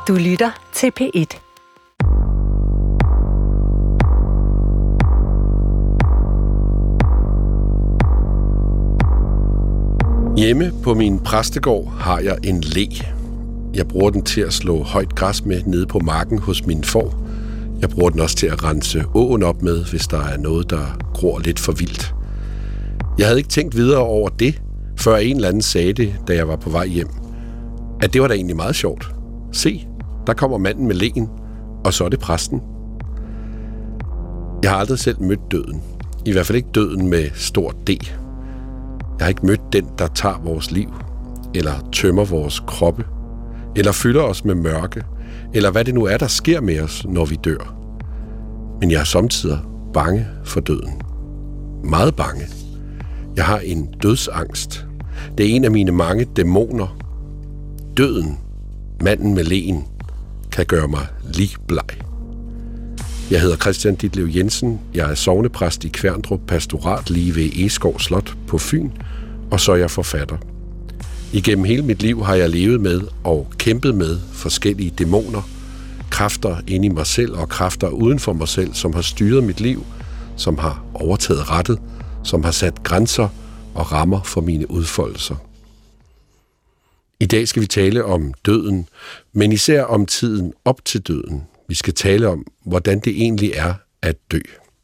Du lytter til P1. Hjemme på min præstegård har jeg en le. Jeg bruger den til at slå højt græs med nede på marken hos mine får. Jeg bruger den også til at rense åen op med, hvis der er noget, der gror lidt for vildt. Jeg havde ikke tænkt videre over det, før en eller anden sagde det, da jeg var på vej hjem. At det var da egentlig meget sjovt. Se, der kommer manden med leen, og så er det præsten. Jeg har aldrig selv mødt døden. I hvert fald ikke døden med stort D. Jeg har ikke mødt den, der tager vores liv, eller tømmer vores kroppe, eller fylder os med mørke, eller hvad det nu er, der sker med os, når vi dør. Men jeg er samtidig bange for døden. Meget bange. Jeg har en dødsangst. Det er en af mine mange dæmoner. Døden, manden med leen, kan gøre mig ligbleg. Jeg hedder Christian Ditlev Jensen. Jeg er sognepræst i Kværndrup Pastorat lige ved Egeskov Slot på Fyn, og så er jeg forfatter. Igennem hele mit liv har jeg levet med og kæmpet med forskellige dæmoner, kræfter inde i mig selv og kræfter uden for mig selv, som har styret mit liv, som har overtaget rettet, som har sat grænser og rammer for mine udfoldelser. I dag skal vi tale om døden, men især om tiden op til døden. Vi skal tale om, hvordan det egentlig er at dø.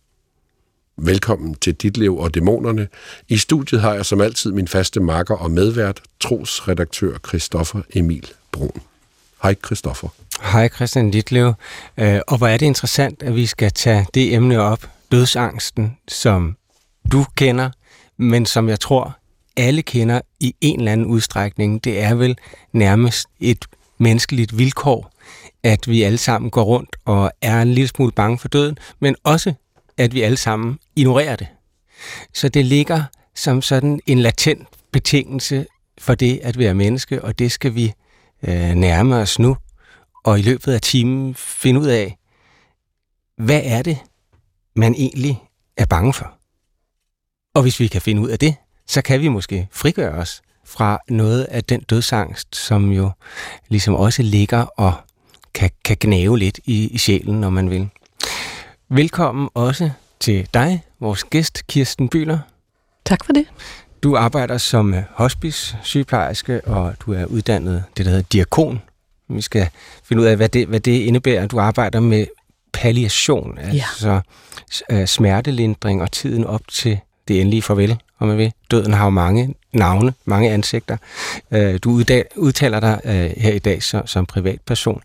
Velkommen til Ditlev og Dæmonerne. I studiet har jeg som altid min faste makker og medvært, trosredaktør Christoffer Emil Bruun. Hej Christoffer. Hej Christian Ditlev. Og hvor er det interessant, at vi skal tage det emne op, dødsangsten, som du kender, men som jeg tror, alle kender i en eller anden udstrækning. Det er vel nærmest et menneskeligt vilkår, at vi alle sammen går rundt og er en lille smule bange for døden, men også, at vi alle sammen ignorerer det. Så det ligger som sådan en latent betingelse for det at være menneske, og det skal vi nærme os nu, og i løbet af timen finde ud af, hvad er det, man egentlig er bange for? Og hvis vi kan finde ud af det, så kan vi måske frigøre os fra noget af den dødsangst, som jo ligesom også ligger og kan gnave lidt i sjælen, når man vil. Velkommen også til dig, vores gæst, Kirsten Bühler. Tak for det. Du arbejder som hospice-sygeplejerske, og du er uddannet det, der hedder diakon. Vi skal finde ud af, hvad det indebærer. Du arbejder med palliation, altså smertelindring og tiden op til det endelige farvel, om man vil. Døden har jo mange navne, mange ansigter. Du udtaler dig her i dag som privatperson.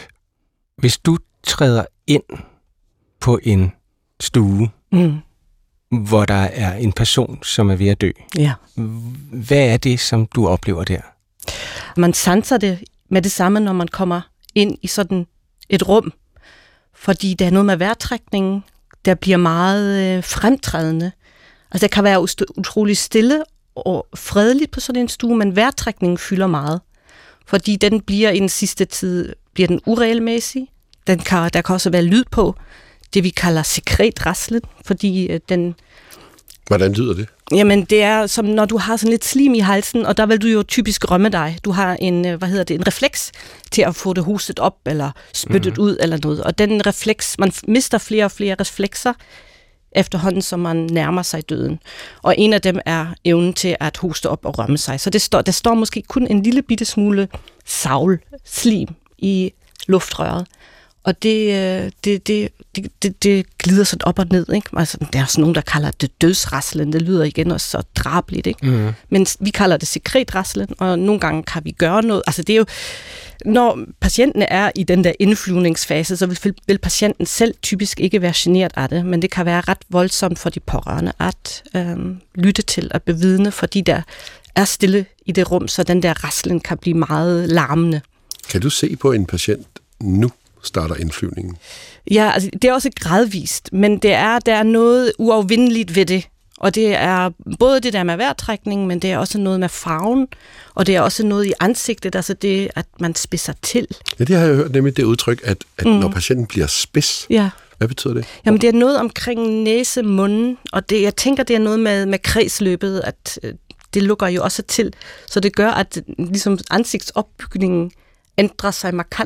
Hvis du træder ind på en stue, hvor der er en person, som er ved at dø, hvad er det, som du oplever der? Man sanser det med det samme, når man kommer ind i sådan et rum, fordi der er noget med vejrtrækningen, der bliver meget fremtrædende. Altså det kan være utrolig stille og fredeligt på sådan en stue, men vejrtrækningen fylder meget, fordi den bliver i den sidste tid uregelmæssig. Der kan også være lyd på, det vi kalder sekretraslen, fordi den... Hvordan lyder det? Jamen, det er som når du har sådan lidt slim i halsen, og der vil du jo typisk rømme dig. Du har en refleks til at få det hostet op, eller spyttet ud, eller noget. Og den refleks, man mister flere og flere reflekser, efterhånden som man nærmer sig døden. Og en af dem er evnen til at hoste op og rømme sig. Så der står måske kun en lille bitte smule slim i luftrøret. Og det glider sådan op og ned, ikke? Altså, der er sådan nogen, der kalder det dødsraslen. Det lyder igen også så drabeligt, ikke? Men vi kalder det sekretraslen, og nogle gange kan vi gøre noget. Altså, det er jo, når patienten er i den der indflyvningsfase, så vil patienten selv typisk ikke være generet af det, men det kan være ret voldsomt for de pårørende at lytte til og bevidne, fordi der er stille i det rum, så den der raslen kan blive meget larmende. Kan du se på en patient nu starter indflyvningen? Ja, altså, det er også gradvist, men der er noget uafvindeligt ved det. Og det er både det der med vejrtrækningen, men det er også noget med farven, og det er også noget i ansigtet, altså det, at man spidser til. Ja, det har jeg hørt, nemlig det udtryk, at når patienten bliver spids. Ja. Hvad betyder det? Jamen, det er noget omkring næse, munden, og jeg tænker, det er noget med kredsløbet, at det lukker jo også til. Så det gør, at ligesom ansigtsopbygningen ændrer sig markant.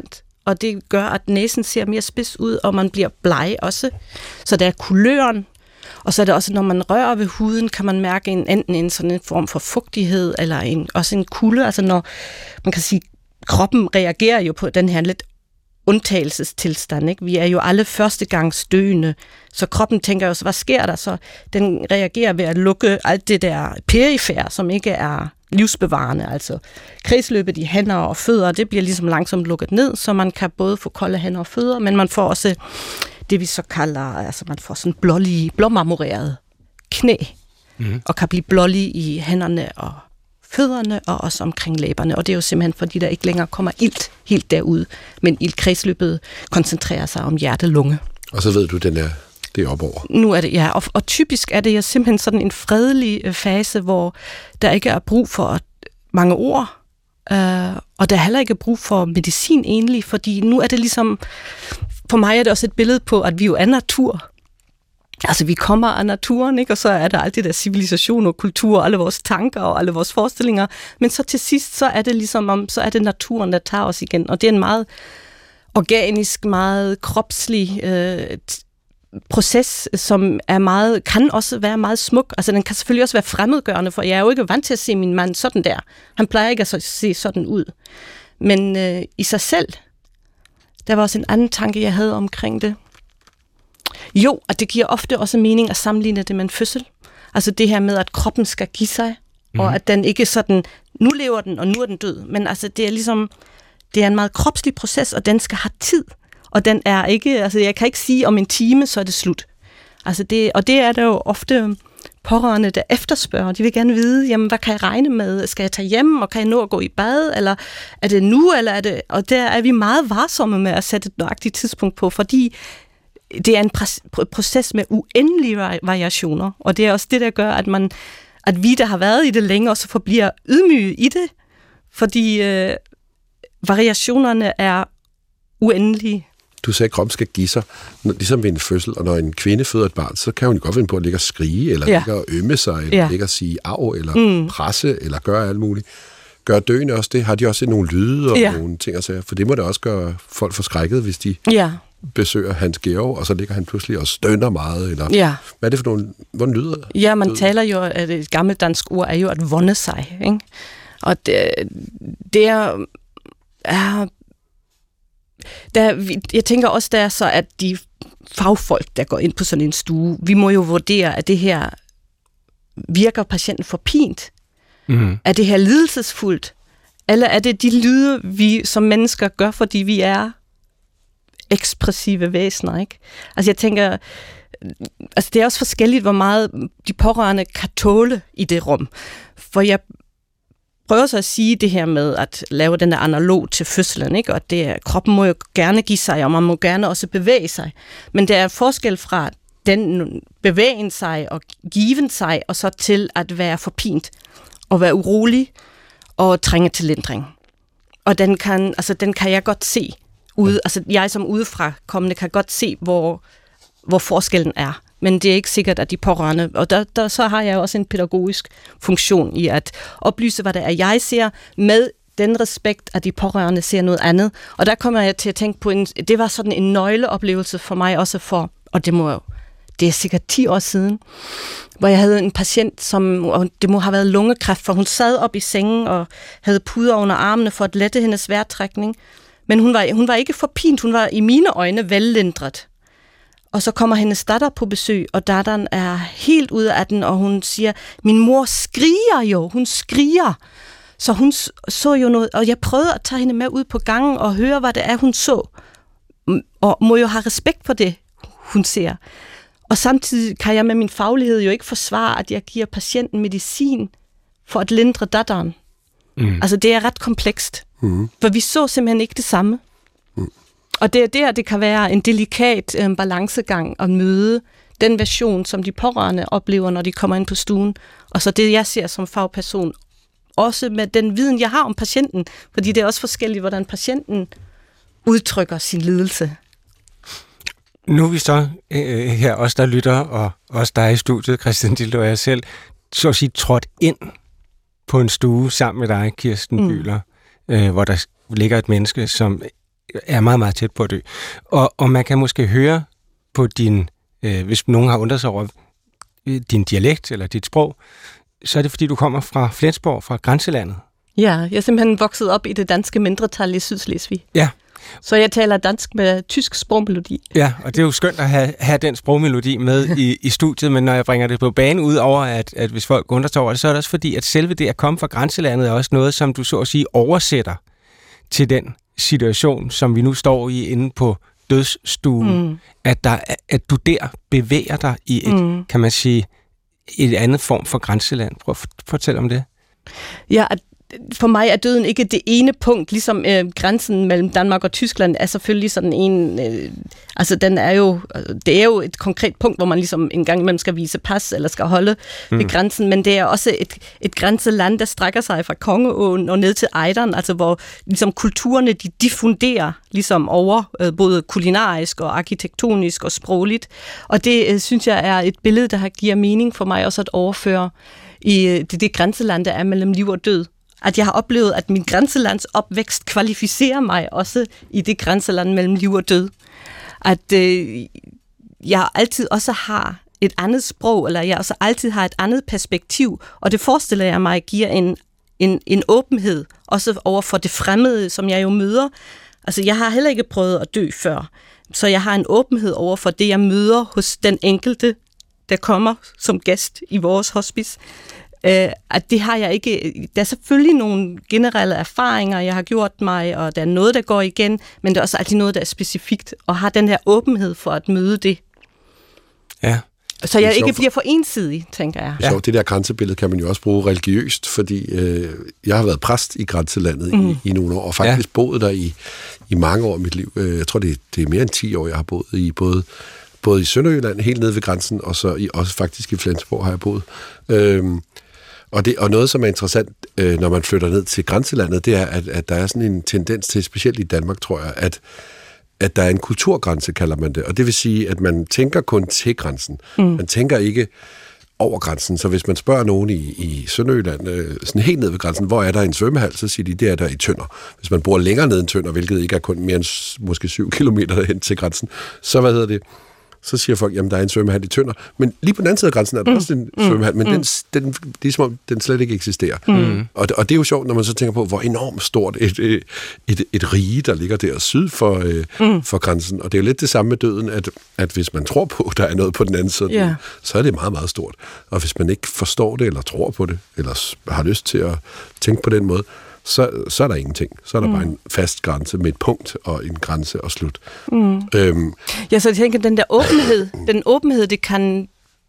og det gør, at næsen ser mere spids ud, og man bliver bleg også. Så der er kuløren, og så er det også, når man rører ved huden, kan man mærke enten en sådan en form for fugtighed, eller også en kulde. Altså når, man kan sige, kroppen reagerer jo på den her lidt undtagelsestilstand, ikke? Vi er jo alle førstegangsdøende, så kroppen tænker jo så, hvad sker der? Så den reagerer ved at lukke alt det der perifær, som ikke er livsbevarende, altså kredsløbet i hænder og fødder, det bliver ligesom langsomt lukket ned, så man kan både få kolde hænder og fødder, men man får også det, vi så kalder, altså man får sådan blåmarmoreret knæ, og kan blive blålig i hænderne og fødderne og også omkring læberne, og det er jo simpelthen, fordi der ikke længere kommer ilt helt derud, men iltkredsløbet koncentrerer sig om hjerte-lunge. Og så ved du, det er op over. Nu er det, ja, og typisk er det jo simpelthen sådan en fredelig fase, hvor der ikke er brug for mange ord, og der er heller ikke brug for medicin egentlig, fordi nu er det ligesom, for mig er det også et billede på, at vi jo er natur. Altså, vi kommer af naturen, ikke? Og så er der alt det der civilisation og kultur, og alle vores tanker og alle vores forestillinger. Men så til sidst, så er det ligesom, så er det naturen, der tager os igen. Og det er en meget organisk, meget kropslig proces, som kan også være meget smuk. Altså, den kan selvfølgelig også være fremmedgørende, for jeg er jo ikke vant til at se min mand sådan der. Han plejer ikke at se sådan ud. Men i sig selv, der var også en anden tanke, jeg havde omkring det. Jo, og det giver ofte også mening at sammenligne det med en fødsel. Altså det her med, at kroppen skal give sig, og at den ikke sådan, nu lever den, og nu er den død. Men altså det er ligesom, det er en meget kropslig proces, og den skal have tid. Og den er ikke, altså jeg kan ikke sige, om en time, så er det slut. Altså det er der jo ofte pårørende, der efterspørger. De vil gerne vide, jamen hvad kan jeg regne med? Skal jeg tage hjem, og kan jeg nå at gå i bad? Eller er det nu, eller er det... Og der er vi meget varsomme med at sætte et nøjagtigt tidspunkt på, fordi det er en proces med uendelige variationer, og det er også det, der gør, at vi, der har været i det længe, også forbliver ydmyge i det, fordi variationerne er uendelige. Du sagde, at kroppen skal give sig, ligesom ved en fødsel, og når en kvinde føder et barn, så kan hun godt finde på at ligge og skrige, eller ligge og ømme sig, eller ligge og sige af, eller presse, eller gøre alt muligt. Gør døende også det? Har de også nogle lyde og nogle ting at sige? For det må da også gøre folk forskrækket, hvis de besøger Hans Georg, og så ligger han pludselig og stønner meget, eller hvad er det for nogle, hvordan lyder det? Ja, man taler jo, at et gammelt dansk ord er jo at vonde sig, ikke? Og det er jeg tænker også, der er så, at de fagfolk, der går ind på sådan en stue, vi må jo vurdere, at det her virker patienten forpint. Er det her lidelsesfuldt? Eller er det de lyde, vi som mennesker gør, fordi vi er ekspressive væsener, ikke? Altså jeg tænker, altså det er også forskelligt, hvor meget de pårørende kan tåle i det rum. For jeg prøver så at sige det her med at lave den der analog til fødslen, ikke? Og kroppen må jo gerne give sig, og man må gerne også bevæge sig. Men der er forskel fra den bevægen sig og given sig, og så til at være forpint og være urolig og trænge til lindring. Og den kan jeg godt se ude. Altså jeg som udefra kommende kan godt se, hvor forskellen er. Men det er ikke sikkert, at de pårørende, og der så har jeg også en pædagogisk funktion i at oplyse, hvad det er, jeg ser, med den respekt, at de pårørende ser noget andet. Og der kommer jeg til at tænke på, det var sådan en nøgleoplevelse for mig også og det er sikkert 10 år siden, hvor jeg havde en patient, og det må have været lungekræft, for hun sad op i sengen og havde puder under armene for at lette hendes vejrtrækning. Men hun var ikke forpint, hun var i mine øjne vellindret. Og så kommer hendes datter på besøg, og datteren er helt ude af den, og hun siger, min mor skriger jo, hun skriger. Så hun så jo noget, og jeg prøvede at tage hende med ud på gangen og høre, hvad det er, hun så. Og må jo have respekt for det, hun ser. Og samtidig kan jeg med min faglighed jo ikke forsvare, at jeg giver patienten medicin for at lindre datteren. Altså det er ret komplekst, for vi så simpelthen ikke det samme. Og det er der, det kan være en delikat balancegang at møde den version, som de pårørende oplever, når de kommer ind på stuen. Og så det, jeg ser som fagperson, også med den viden, jeg har om patienten. Fordi det er også forskelligt, hvordan patienten udtrykker sin lidelse. Nu er vi så her, os der lytter, og os der er i studiet, Christian Dildo og jeg selv, så at sige trådt ind på en stue sammen med dig, Kirsten Bühler, hvor der ligger et menneske, som er meget, meget tæt på at dø. Og man kan måske høre på din, hvis nogen har undret sig over din dialekt eller dit sprog, så er det, fordi du kommer fra Flensborg, fra grænselandet. Ja, jeg er simpelthen vokset op i det danske mindretal i Sydslesvig. Ja. Så jeg taler dansk med tysk sprogmelodi. Ja, og det er jo skønt at have den sprogmelodi med i studiet, men når jeg bringer det på bane ud over, at hvis folk undrer sig over det, så er det også fordi, at selve det at komme fra grænselandet er også noget, som du så at sige oversætter til den situation, som vi nu står i inde på dødsstuen. At du der bevæger dig i et, kan man sige, et andet form for grænseland. Prøv at fortælle om det. Ja, for mig er døden ikke det ene punkt, ligesom grænsen mellem Danmark og Tyskland er selvfølgelig sådan en, altså det er jo et konkret punkt, hvor man ligesom en gang imellem skal vise pas, eller skal holde ved grænsen, men det er også et grænseland, der strækker sig fra Kongeåen og ned til Ejderen, altså hvor ligesom kulturerne, de diffunderer ligesom over, både kulinarisk og arkitektonisk og sprogligt, og det synes jeg er et billede, der giver mening for mig også at overføre i det grænseland, der er mellem liv og død. At jeg har oplevet, at min grænselands opvækst kvalificerer mig også i det grænseland mellem liv og død. At jeg altid også har et andet sprog, eller jeg også altid har et andet perspektiv, og det forestiller jeg mig giver en åbenhed, også over for det fremmede, som jeg jo møder. Altså, jeg har heller ikke prøvet at dø før, så jeg har en åbenhed over for det, jeg møder hos den enkelte, der kommer som gæst i vores hospice. At det har jeg ikke. Der er selvfølgelig nogle generelle erfaringer, jeg har gjort mig, og der er noget, der går igen, men der er også altid noget, der er specifikt, og har den her åbenhed for at møde det. Ja. Så jeg ikke bliver for ensidig, tænker jeg. Ja. Så det der grænsebillede kan man jo også bruge religiøst, fordi jeg har været præst i grænselandet i nogle år, og faktisk boet der i mange år af mit liv. Jeg tror, det er mere end 10 år, jeg har boet i både i Sønderjylland, helt nede ved grænsen, og så også faktisk i Flensborg har jeg boet. Og noget, som er interessant, når man flytter ned til grænselandet, det er, at der er sådan en tendens til, specielt i Danmark, tror jeg, at der er en kulturgrænse, kalder man det. Og det vil sige, at man tænker kun til grænsen. Man tænker ikke over grænsen. Så hvis man spørger nogen i Sønderjylland, sådan helt ned ved grænsen, hvor er der en svømmehal, så siger de, det er der i Tønder. Hvis man bor længere ned end Tønder, hvilket ikke er kun mere end måske 7 kilometer hen til grænsen, så så siger folk, jamen der er en svømmehal i Tønder. Men lige på den anden side af grænsen er der også en svømmehal, men det er som om, den slet ikke eksisterer. Og det er jo sjovt, når man så tænker på, hvor enormt stort et rige, der ligger der syd for grænsen. Og det er jo lidt det samme med døden, at hvis man tror på, der er noget på den anden side, så er det meget, meget stort. Og hvis man ikke forstår det, eller tror på det, eller har lyst til at tænke på den måde, så er der ingenting. Så er der bare en fast grænse med et punkt og en grænse og slut. Ja, så jeg tænker, den åbenhed, det kan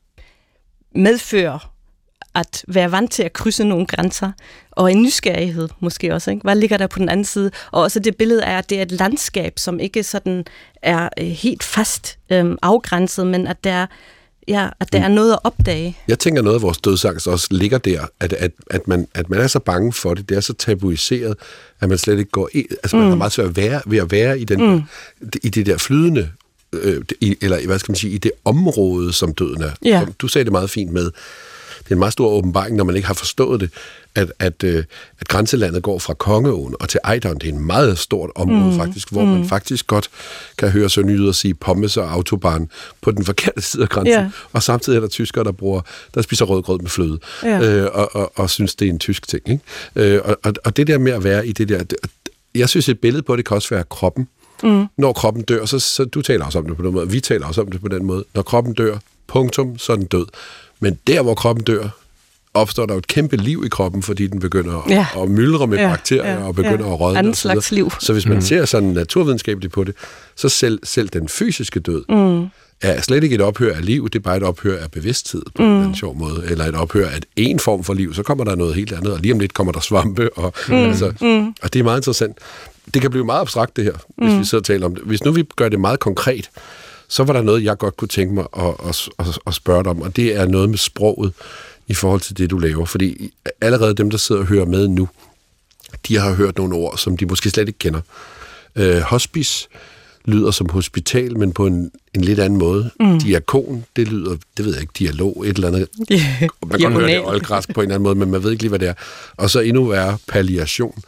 medføre at være vant til at krydse nogle grænser, og en nysgerrighed måske også. Ikke? Hvad ligger der på den anden side? Og også det billede er, at det er et landskab, som ikke sådan er helt fast afgrænset, men at der er noget at opdage. Jeg tænker, noget af vores dødsangst også ligger der, at man er så bange for det, det er så tabuiseret, at man slet ikke går ind. Altså man har meget svært ved at være i i det der flydende, eller hvad skal man sige, i det område, som døden er. Ja. Du sagde det meget fint med, det er en meget stor åbenbaring, når man ikke har forstået det, at grænselandet går fra Kongeåen og til Ejderen. Det er en meget stort område faktisk, hvor man faktisk godt kan høre sønderjyder sige pommes og autobahn på den forkerte side af grænsen. Og samtidig er der tyskere, der spiser rødgrød med fløde og synes, det er en tysk ting. Ikke? Og det der med at være i det der... Jeg synes, et billede på det kan også være kroppen. Når kroppen dør, så du taler også om det på den måde, vi taler også om det på den måde. Når kroppen dør, punktum, så er den død. Men der, hvor kroppen dør, opstår der jo et kæmpe liv i kroppen, fordi den begynder at myldre med bakterier og begynder at rådne. Anden slags liv. Så hvis man ser sådan naturvidenskabeligt på det, så selv den fysiske død er slet ikke et ophør af liv, det er bare et ophør af bevidsthed på en sjov måde, eller et ophør af en form for liv, så kommer der noget helt andet, og lige om lidt kommer der svampe, og det er meget interessant. Det kan blive meget abstrakt, det her, hvis vi sidder og taler om det. Hvis nu vi gør det meget konkret, så var der noget, jeg godt kunne tænke mig at spørge dig om, og det er noget med sproget i forhold til det, du laver. Fordi allerede dem, der sidder og hører med nu, de har hørt nogle ord, som de måske slet ikke kender. Hospice lyder som hospital, men på en lidt anden måde. Diakon, det lyder, det ved jeg ikke, dialog, et eller andet. Man kan godt høre det oldgræsk på en eller anden måde, men man ved ikke lige, hvad det er. Og så endnu værre palliation.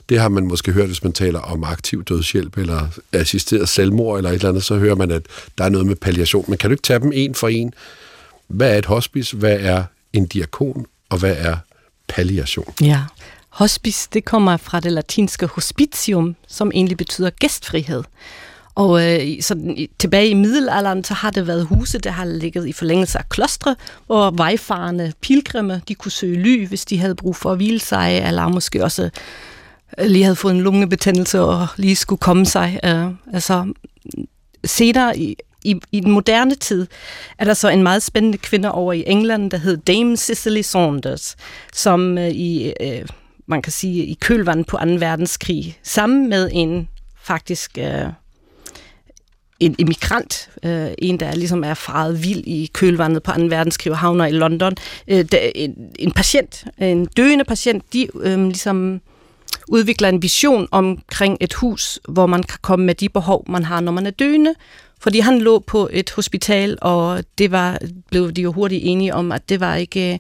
Det har man måske hørt, hvis man taler om aktiv dødshjælp eller assisteret selvmord eller et eller andet, så hører man, at der er noget med palliation. Men kan du ikke tage dem en for en? Hvad er et hospice? Hvad er en diakon? Og hvad er palliation? Ja, hospice, det kommer fra det latinske hospitium, som egentlig betyder gæstfrihed. Og tilbage i middelalderen, så har det været huse, der har ligget i forlængelse af klostre, hvor vejfarende pilgrimme, de kunne søge ly, hvis de havde brug for at hvile sig, eller måske også lige havde fået en lungebetændelse og lige skulle komme sig. Senere i den moderne tid er der så en meget spændende kvinde over i England, der hed Dame Cicely Saunders, som man kan sige i kølvandet på 2. verdenskrig, sammen med en faktisk en emigrant, en der ligesom er faret vild i kølvandet på 2. verdenskrig og havner i London, en patient, en døende patient, de ligesom udvikler en vision omkring et hus, hvor man kan komme med de behov, man har, når man er døende. Fordi han lå på et hospital, og blev de jo hurtigt enige om, at det var ikke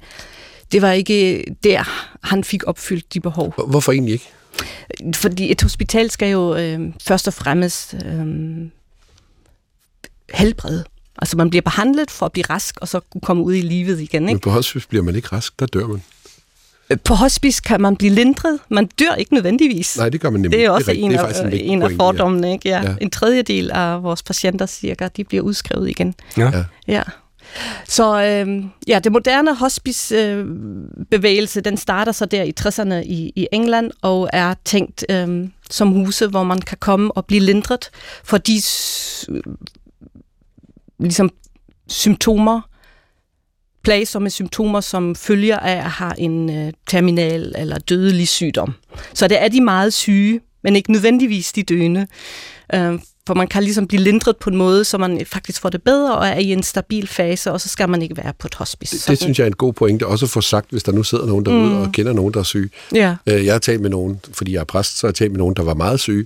der, han fik opfyldt de behov. Hvorfor egentlig ikke? Fordi et hospital skal jo først og fremmest helbrede. Altså man bliver behandlet for at blive rask, og så komme ud i livet igen. Ikke? Men på hospice bliver man ikke rask, der dør man. På hospice kan man blive lindret. Man dør ikke nødvendigvis. Nej, det gør man nemlig. Det er også en af fordommene. Ikke? Ja. En tredjedel af vores patienter cirka, de bliver udskrevet igen. Ja. Så det moderne hospice-bevægelse, den starter så der i 60'erne i England, og er tænkt som huse, hvor man kan komme og blive lindret for de ligesom symptomer, plagsomme symptomer, som følger af at have en terminal eller dødelig sygdom. Så det er de meget syge, men ikke nødvendigvis de døende. For man kan ligesom blive lindret på en måde, så man faktisk får det bedre og er i en stabil fase, og så skal man ikke være på et hospice. Det synes jeg er en god pointe, også at få sagt, hvis der nu sidder nogen derude og kender nogen, der er syge. Ja. Jeg har talt med nogen, fordi jeg er præst, så har jeg talt med nogen, der var meget syge,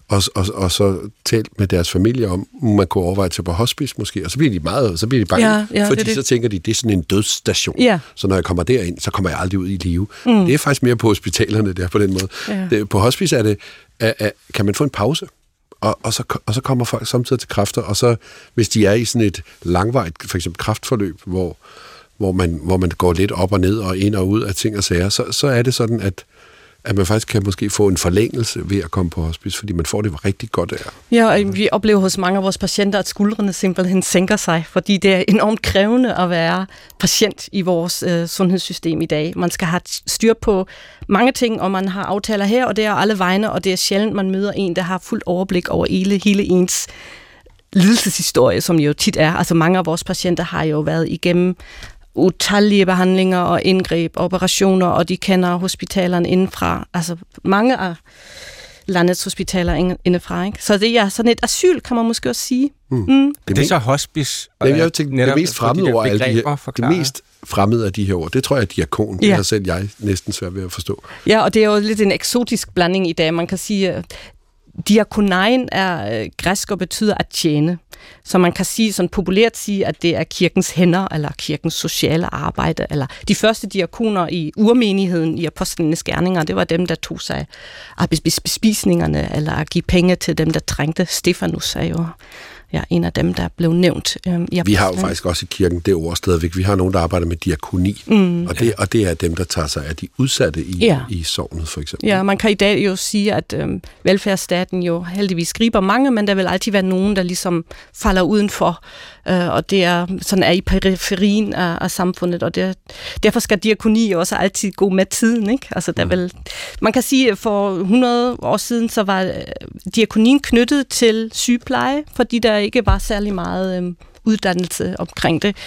og så talt med deres familie om, man kunne overveje til på hospice måske, og så bliver de bange, fordi så tænker de, det er sådan en dødsstation. Ja. Så når jeg kommer derind, så kommer jeg aldrig ud i live. Det er faktisk mere på hospitalerne der på den måde. Ja. På hospice er det, kan man få en pause, og så kommer folk samtidig til kræfter, og så hvis de er i sådan et langvarigt, for eksempel kræftforløb, hvor man går lidt op og ned og ind og ud af ting og sager, så er det sådan, at man faktisk kan måske få en forlængelse ved at komme på hospice, fordi man får det rigtig godt af. Ja, og vi oplever hos mange af vores patienter, at skuldrene simpelthen sænker sig, fordi det er enormt krævende at være patient i vores sundhedssystem i dag. Man skal have styr på mange ting, og man har aftaler her og der og alle vegne, og det er sjældent, man møder en, der har fuldt overblik over hele ens lidelseshistorie, som jo tit er. Altså mange af vores patienter har jo været igennem utallige behandlinger og indgreb, operationer, og de kender hospitalerne indenfra. Altså mange af landets hospitaler indefra. Ikke? Så det er sådan et asyl, kan man måske også sige. Det er så hospice. Jeg tænkte, det mest fremmede ord det mest fremmede af de her ord, det tror jeg er diakon. Det har selv jeg næsten svært ved at forstå. Ja, og det er jo lidt en eksotisk blanding i dag. Man kan sige, diakonein er græsk og betyder at tjene. Så man kan sige, sådan populært sige, at det er kirkens hænder, eller kirkens sociale arbejde, eller de første diakoner i urmenigheden i apostlenes gerninger, det var dem, der tog sig af bespisningerne, eller at give penge til dem, der trængte. Stefanus er jo en af dem, der blev nævnt. Vi har jo faktisk også i kirken det ord stadigvæk. Vi har nogen, der arbejder med diakoni, og det er dem, der tager sig af de udsatte i sognet, for eksempel. Ja, man kan i dag jo sige, at velfærdsstaten jo heldigvis griber mange, men der vil altid være nogen, der ligesom falder udenfor, og det er sådan er i periferien af samfundet, og derfor skal diakoni også altid gå med tiden, ikke? Altså man kan sige, at for 100 år siden, så var diakonien knyttet til sygepleje, fordi der ikke var særlig meget uddannelse omkring det.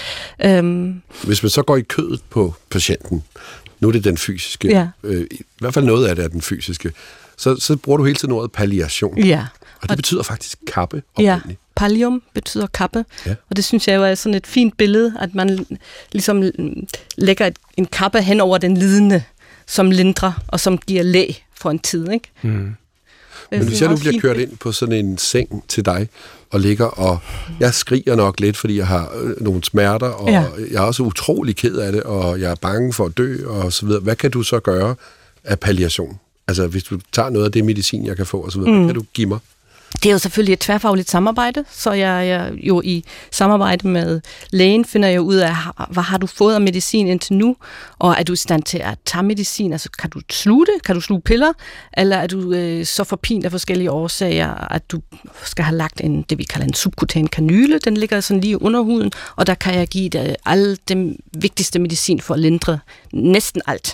Hvis man så går i kødet på patienten, nu er det den fysiske, i hvert fald noget af det er den fysiske, så bruger du hele tiden ordet palliation. Ja. Og det betyder faktisk kappe oprindeligt. Ja, pallium betyder kappe, og det synes jeg jo er sådan et fint billede, at man ligesom lægger en kappe hen over den lidende, som lindrer og som giver læg for en tid, ikke? Men hvis jeg nu bliver kørt ind på sådan en seng til dig, og ligger og jeg skriger nok lidt, fordi jeg har nogle smerter, og jeg er også utrolig ked af det, og jeg er bange for at dø, og så videre. Hvad kan du så gøre af palliation? Altså, hvis du tager noget af det medicin, jeg kan få, og så videre, hvad kan du give mig? Det er jo selvfølgelig et tværfagligt samarbejde, så jeg jo i samarbejde med lægen finder jeg ud af, hvad har du fået af medicin indtil nu, og er du i stand til at tage medicin, altså kan du sluge det, kan du sluge piller, eller er du så forpint af forskellige årsager, at du skal have lagt det vi kalder en subkutan kanyle, den ligger sådan lige under huden, og der kan jeg give dig alle den vigtigste medicin for at lindre næsten alt.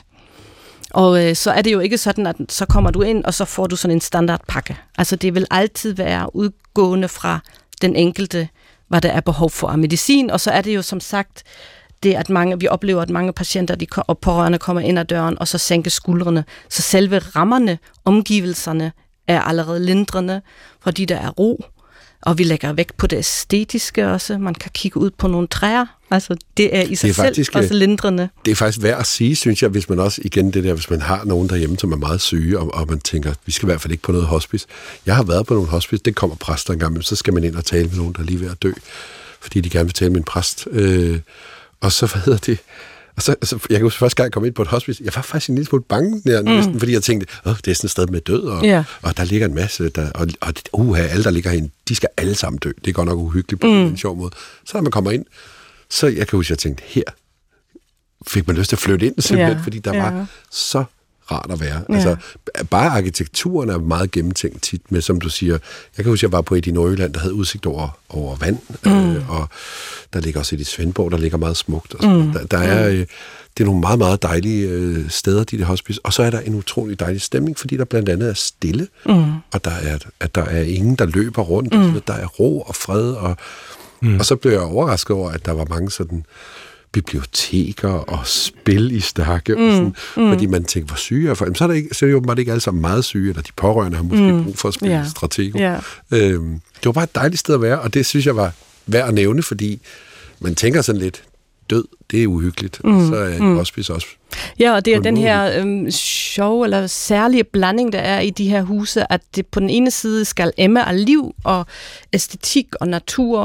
Og så er det jo ikke sådan, at så kommer du ind, og så får du sådan en standardpakke. Altså det vil altid være udgående fra den enkelte, hvad der er behov for af medicin. Og så er det jo som sagt det, at vi oplever, at mange patienter og pårørende kommer ind ad døren, og så sænker skuldrene. Så selve rammerne, omgivelserne, er allerede lindrende, fordi der er ro. Og vi lægger vægt på det æstetiske også. Man kan kigge ud på nogle træer. Altså, det er i sig selv også lindrende. Det er faktisk værd at sige, synes jeg, hvis man også, igen det der, hvis man har nogen derhjemme, som er meget syge, og man tænker, vi skal i hvert fald ikke på noget hospice. Jeg har været på nogle hospice, det kommer præster en gang, men så skal man ind og tale med nogen, der er lige ved at dø, fordi de gerne vil tale med en præst. Og så, hvad hedder det? Og så jeg kan huske, første gang jeg kom ind på et hospice, jeg var faktisk en lille smule bange der, næsten, fordi jeg tænkte, det er sådan et sted med død, og der ligger en masse, og alle, der ligger herinde, de skal alle sammen dø. Det er godt nok uhyggeligt på en sjov måde. Så når man kommer ind, så jeg kan huske, jeg tænkte, her fik man lyst til at flytte ind, simpelthen, fordi der var så rart at være. Ja. Altså, bare arkitekturen er meget gennemtænkt tit med, som du siger, jeg kan huske, jeg var på et i Nordjylland, der havde udsigt over vand, og der ligger også et i Svendborg, der ligger meget smukt. Og der er, det er nogle meget, meget dejlige steder, de der hospice, og så er der en utrolig dejlig stemning, fordi der blandt andet er stille, og der er ingen, der løber rundt, der er ro og fred, og så blev jeg overrasket over, at der var mange sådan biblioteker og spil i Stærke, fordi man tænker, hvor syge er for dem. Så er det jo åbenbart ikke alle sammen meget syge, eller de pårørende har måske brug for at spille stratego. Det var bare et dejligt sted at være, og det synes jeg var værd at nævne, fordi man tænker sådan lidt, død, det er uhyggeligt. Så er hospice også. Ja, og det er den her sjove eller særlige blanding, der er i de her huse, at det på den ene side skal emme af liv og æstetik og natur,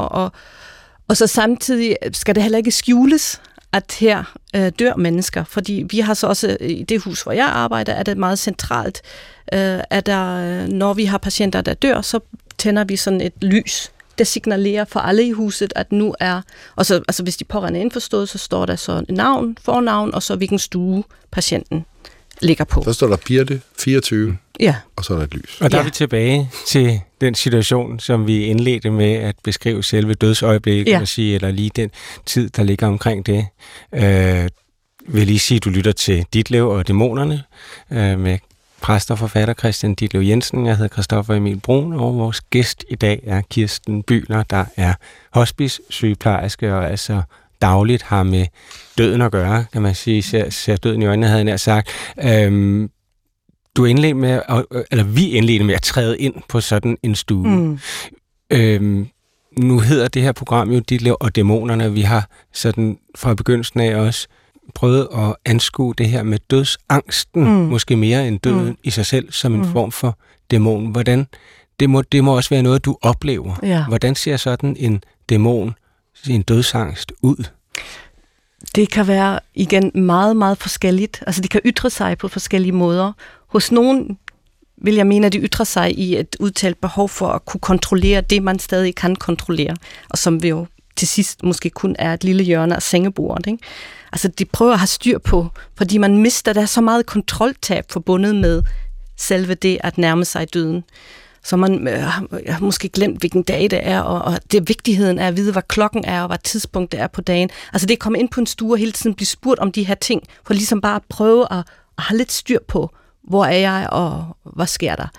og så samtidig skal det heller ikke skjules, at her dør mennesker, fordi vi har så også, i det hus, hvor jeg arbejder, er det meget centralt, at når vi har patienter, der dør, så tænder vi sådan et lys, der signalerer for alle i huset, at nu er, og så, altså hvis de pårørende er indforstået, så står der så navn, fornavn, og så hvilken stue patienten ligger på. Så står der Birte 24, og så er der et lys. Og der er vi tilbage til den situation, som vi indledte med at beskrive selve dødsøjeblikket, kan man sige, eller lige den tid, der ligger omkring det. Vil lige sige, at du lytter til Ditlev og Dæmonerne med præst og forfatter Christian Ditlev Jensen. Jeg hedder Christoffer Emil Brun, og vores gæst i dag er Kirsten Bühler, der er hospice-sygeplejerske og altså dagligt har med døden at gøre, kan man sige, ser døden i øjnene, havde jeg nær sagt. Du indledte med, eller vi indledte med at træde ind på sådan en stue. Nu hedder det her program jo Ditlev og Dæmonerne. Vi har sådan fra begyndelsen af også prøvet at anskue det her med dødsangsten, måske mere end døden i sig selv, som en form for dæmon. Hvordan, det må også være noget, du oplever. Ja. Hvordan ser sådan en dæmon, en dødsangst ud? Det kan være, igen, meget, meget forskelligt. Altså, det kan ytre sig på forskellige måder. Hos nogen vil jeg mene, at det ytrer sig i et udtalt behov for at kunne kontrollere det, man stadig kan kontrollere, og som vi jo til sidst måske kun er et lille hjørne af sengebordet, ikke? Altså, de prøver at have styr på, fordi man mister, der er så meget kontroltab forbundet med selve det at nærme sig døden. Så man har måske glemt, hvilken dag det er, og det vigtigheden er at vide, hvad klokken er, og hvad tidspunkt det er på dagen. Altså, det er at komme ind på en stue og hele tiden blive spurgt om de her ting, for ligesom bare at prøve at have lidt styr på, hvor er jeg, og hvad sker der?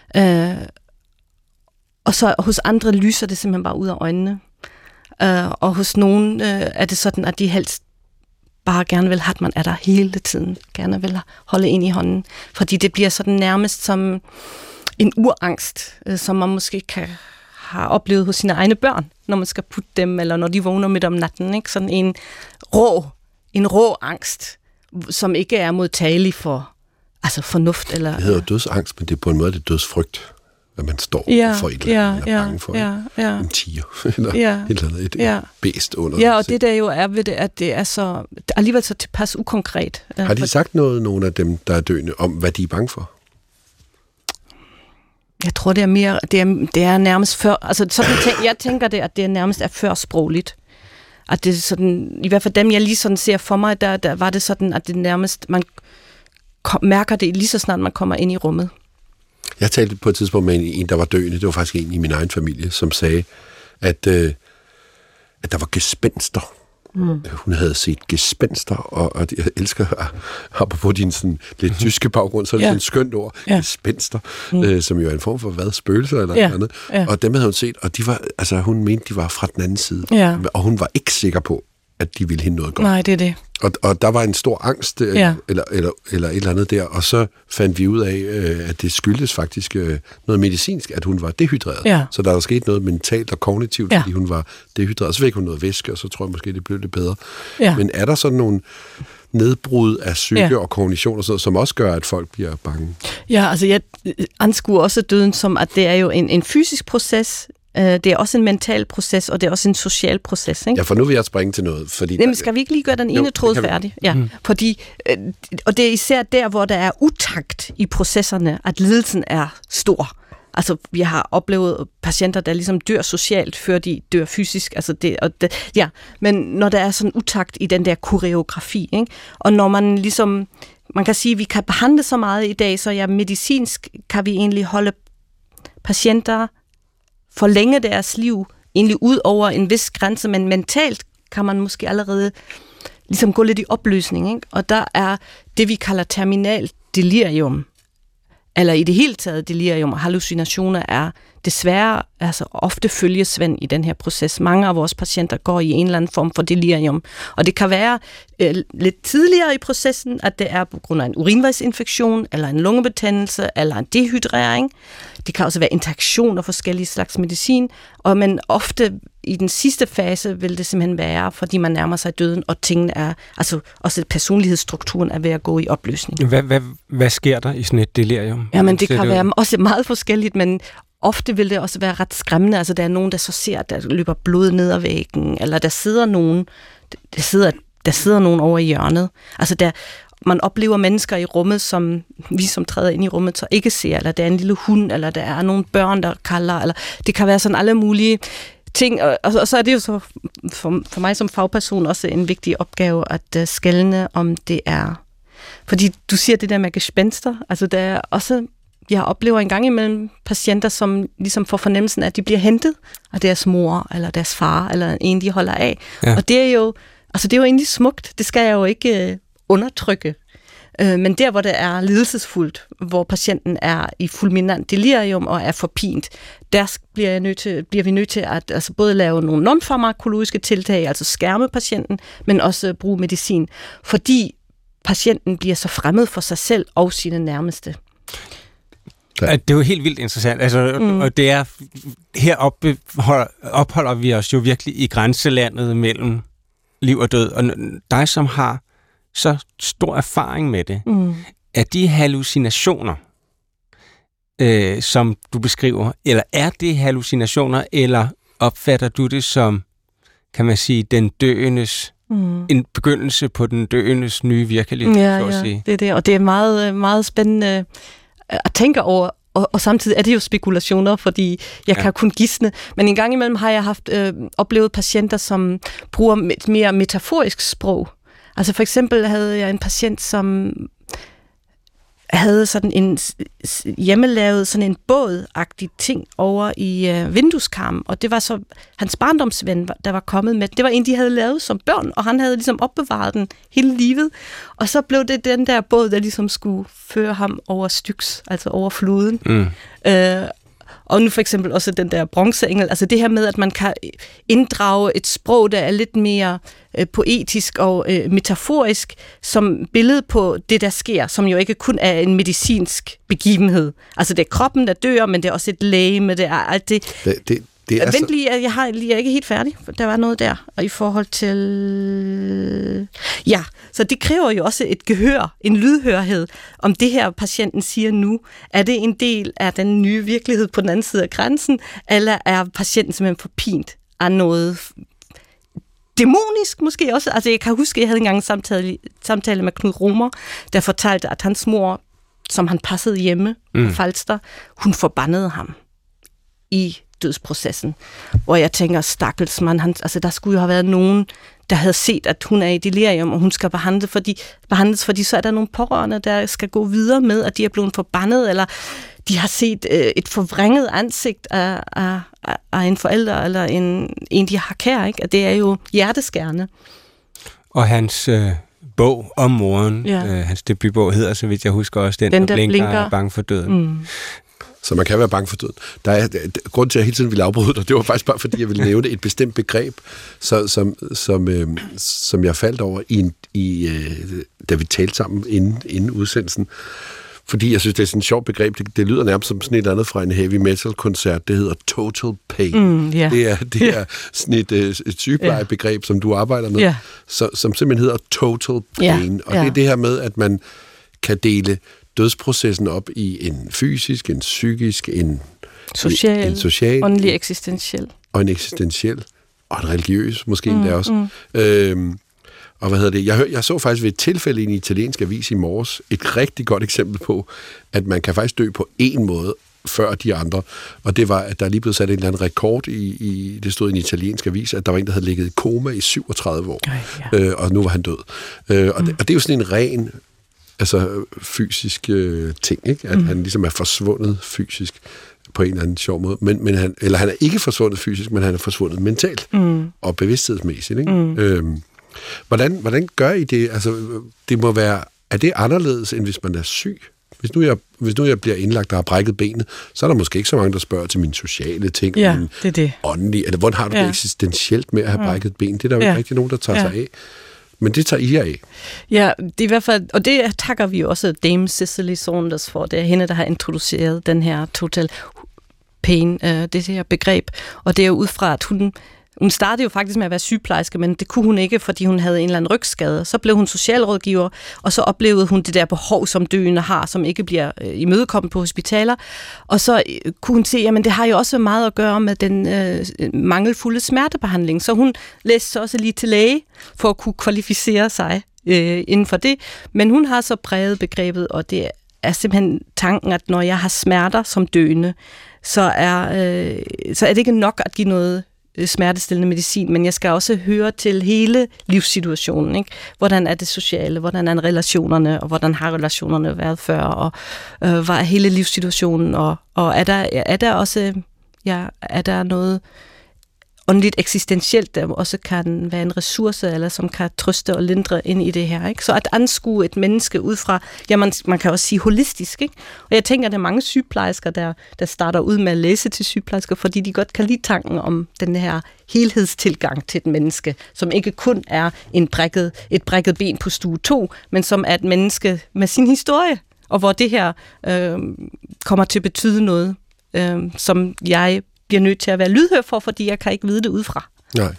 Og så hos andre lyser det simpelthen bare ud af øjnene. Og hos nogen er det sådan, at de helst bare gerne vil have, at man er der hele tiden. Gerne vil holde ind i hånden. Fordi det bliver sådan nærmest som en urangst, som man måske kan have oplevet hos sine egne børn, når man skal putte dem, eller når de vågner midt om natten. Ikke? Sådan en rå angst, som ikke er modtagelig for fornuft. Eller, det hedder dødsangst, men det er på en måde det dødsfrygt, at man står for et eller andet, eller bange for en tiger, eller et eller andet, et bæst under. Ja, og det der jo er ved det, at det er så alligevel så tilpas ukonkret. Har de sagt noget, nogle af dem, der er døende, om hvad de er bange for? Jeg tror, det er mere, det er nærmest før, altså sådan jeg tænker det, at det nærmest er førsprogligt. At det er sådan, i hvert fald dem, jeg lige sådan ser for mig, der var det sådan, at det nærmest, man mærker det lige så snart, man kommer ind i rummet. Jeg talte på et tidspunkt med en, der var døende. Det var faktisk en i min egen familie, som sagde, at der var gespenster. Hun havde set gespenster, og jeg elsker, apropos din sådan lidt tyske baggrund, så er det sådan et skønt ord, gespenster, som jo er en form for spøgelser eller noget andet. Og dem havde hun set, og de var, altså hun mente, de var fra den anden side. Ja. Og hun var ikke sikker på, at de ville hende noget godt. Nej, det er det. Og der var en stor angst, eller et eller andet der, og så fandt vi ud af, at det skyldtes faktisk noget medicinsk, at hun var dehydreret. Ja. Så der var sket noget mentalt og kognitivt, fordi hun var dehydreret. Så fik hun noget væske, og så tror jeg måske, det blev lidt bedre. Ja. Men er der sådan nogle nedbrud af psyke og kognition og sådan noget, som også gør, at folk bliver bange? Ja, altså jeg anskuer også døden som, at det er jo en fysisk proces. Det er også en mental proces, og det er også en social proces. Ikke? Ja, for nu vil jeg springe til noget. Fordi jamen, skal vi ikke lige gøre den ene tråd færdig? Ja, fordi, og det er især der, hvor der er utakt i processerne, at lidelsen er stor. Altså, vi har oplevet patienter, der ligesom dør socialt, før de dør fysisk. Altså men når der er sådan utakt i den der koreografi, ikke? Og når man ligesom, man kan sige, at vi kan behandle så meget i dag, så medicinsk kan vi egentlig holde patienter forlænge deres liv egentlig ud over en vis grænse, men mentalt kan man måske allerede ligesom gå lidt i opløsning, ikke? Og der er det, vi kalder terminal delirium, eller i det hele taget delirium og hallucinationer er desværre altså ofte følgesvend i den her proces. Mange af vores patienter går i en eller anden form for delirium, og det kan være lidt tidligere i processen, at det er på grund af en urinvejsinfektion, eller en lungebetændelse, eller en dehydrering. Det kan også være interaktion af forskellige slags medicin, men ofte i den sidste fase vil det simpelthen være, fordi man nærmer sig døden, og tingene er, altså også personlighedsstrukturen er ved at gå i opløsning. Hvad sker der i sådan et delirium? Jamen det kan være også meget forskelligt, men ofte vil det også være ret skræmmende. Altså der er nogen, der så ser, at der løber blod ned ad væggen, eller der sidder nogen over i hjørnet. Altså man oplever mennesker i rummet, som vi som træder ind i rummet, så ikke ser, eller der er en lille hund, eller der er nogle børn, der kalder, eller det kan være sådan alle mulige ting, og så er det jo så for mig som fagperson også en vigtig opgave at skelne, om det er. Fordi du siger det der med gespenster, altså der er også, jeg oplever en gang imellem patienter, som ligesom får fornemmelsen, at de bliver hentet af deres mor, eller deres far, eller en, de holder af. Ja. Og det er jo egentlig smukt, det skal jeg jo ikke undertrykke. Men der, hvor det er lidelsesfuldt, hvor patienten er i fulminant delirium og er forpint, der bliver vi nødt til at altså både lave nogle non-farmakologiske tiltag, altså skærme patienten, men også bruge medicin, fordi patienten bliver så fremmed for sig selv og sine nærmeste. Ja. Det er jo helt vildt interessant, altså, og det er, heroppe opholder vi os jo virkelig i grænselandet mellem liv og død, og dig, som har så stor erfaring med det, er de hallucinationer, som du beskriver, eller er det hallucinationer, eller opfatter du det som, kan man sige, den døendes, en begyndelse på den døendes nye virkelighed, så at sige? Det er det, og det er meget, meget spændende at tænke over, og samtidig er det jo spekulationer, fordi jeg kan kun gisne. Men en gang imellem har jeg oplevet patienter, som bruger et mere metaforisk sprog. Altså for eksempel havde jeg en patient, som havde sådan en hjemmelavet sådan en bådagtig ting over i vindueskarmen, og det var så hans barndomsven, der var kommet med. Det var en, de havde lavet som børn, og han havde ligesom opbevaret den hele livet. Og så blev det den der båd, der ligesom skulle føre ham over Styx, altså over floden. Og nu for eksempel også den der bronzeengel, altså det her med, at man kan inddrage et sprog, der er lidt mere poetisk og metaforisk, som billede på det, der sker, som jo ikke kun er en medicinsk begivenhed. Altså det er kroppen, der dør, men det er også et legeme, det er alt det. Det er vent lige, jeg er ikke helt færdig. Der var noget der, og i forhold til... Ja, så det kræver jo også et gehør, en lydhørhed, om det her patienten siger nu, er det en del af den nye virkelighed på den anden side af grænsen, eller er patienten simpelthen forpint af noget dæmonisk måske også? Altså jeg kan huske, jeg havde engang en samtale med Knud Romer, der fortalte, at hans mor som han passede hjemme på Falster, hun forbandede ham i dødsprocessen. Hvor jeg tænker, stakkels mand, altså der skulle jo have været nogen, der havde set, at hun er i delirium, og hun skal behandles, fordi så er der nogle pårørende, der skal gå videre med, at de er blevet forbandet, eller de har set et forvrænget ansigt af en forælder, eller en de har kær, ikke? Og det er jo hjerteskærende. Og hans bog om moren, hans debutbog hedder, så vidt jeg husker også, den der blinker er bange for døden. Så man kan være bange for døden. Der er grund til, at jeg hele tiden ville afbryde dig. Det var faktisk bare, fordi jeg ville nævne et bestemt begreb, som jeg faldt over, da vi talte sammen inden udsendelsen. Fordi jeg synes, det er sådan et sjovt begreb. Det lyder nærmest som sådan et eller andet fra en heavy metal-koncert. Det hedder total pain. Det er sådan et sygeplejebegreb, som du arbejder med, som simpelthen hedder total pain. Og det er det her med, at man kan dele dødsprocessen op i en fysisk, en psykisk, en social, åndelig, eksistentiel. Og en eksistentiel, og en religiøs måske endda også. Og hvad hedder det? Jeg så faktisk ved et tilfælde i en italiensk avis i morges et rigtig godt eksempel på, at man kan faktisk dø på én måde før de andre. Og det var, at der lige blev sat en eller anden rekord det stod i en italiensk avis, at der var en, der havde ligget i koma i 37 år. Og nu var han død. Og det er jo sådan en ren fysisk ting, ikke? At han ligesom er forsvundet fysisk på en eller anden sjov måde. Men han er ikke forsvundet fysisk, men han er forsvundet mentalt og bevidsthedsmæssigt, ikke? Hvordan gør I det? Altså, det må være... Er det anderledes, end hvis man er syg? Hvis nu jeg bliver indlagt og har brækket benet, så er der måske ikke så mange, der spørger til mine sociale ting, det er det. Åndelige, eller hvordan har du det eksistentielt med at have brækket ben? Det er der jo ikke rigtig nogen, der tager sig af. Men det tager I af. Ja, det er i hvert fald, og det takker vi jo også Dame Cicely Saunders for. Det er hende, der har introduceret den her total pain, det her begreb. Og det er jo ud fra, at hun startede jo faktisk med at være sygeplejerske, men det kunne hun ikke, fordi hun havde en eller anden rygskade. Så blev hun socialrådgiver, og så oplevede hun det der behov, som døende har, som ikke bliver imødekommet på hospitaler. Og så kunne hun se, at det har jo også meget at gøre med den mangelfulde smertebehandling. Så hun læste så også lige til læge, for at kunne kvalificere sig inden for det. Men hun har så præget begrebet, og det er simpelthen tanken, at når jeg har smerter som døende, så er det ikke nok at give noget smertestillende medicin, men jeg skal også høre til hele livssituationen, ikke? Hvordan er det sociale, hvordan er relationerne, og hvordan har relationerne været før, og hvad er hele livssituationen, og er der også, er der noget åndeligt eksistentielt, der også kan være en ressource, eller som kan trøste og lindre ind i det her, ikke? Så at anskue et menneske ud fra, man kan også sige holistisk, ikke? Og jeg tænker, at der er mange sygeplejersker, der starter ud med at læse til sygeplejersker, fordi de godt kan lide tanken om den her helhedstilgang til et menneske, som ikke kun er et brækket ben på stue 2, men som er et menneske med sin historie, og hvor det her kommer til at betyde noget, som jeg bliver nødt til at være lydhør for, fordi jeg kan ikke vide det udefra. Nej.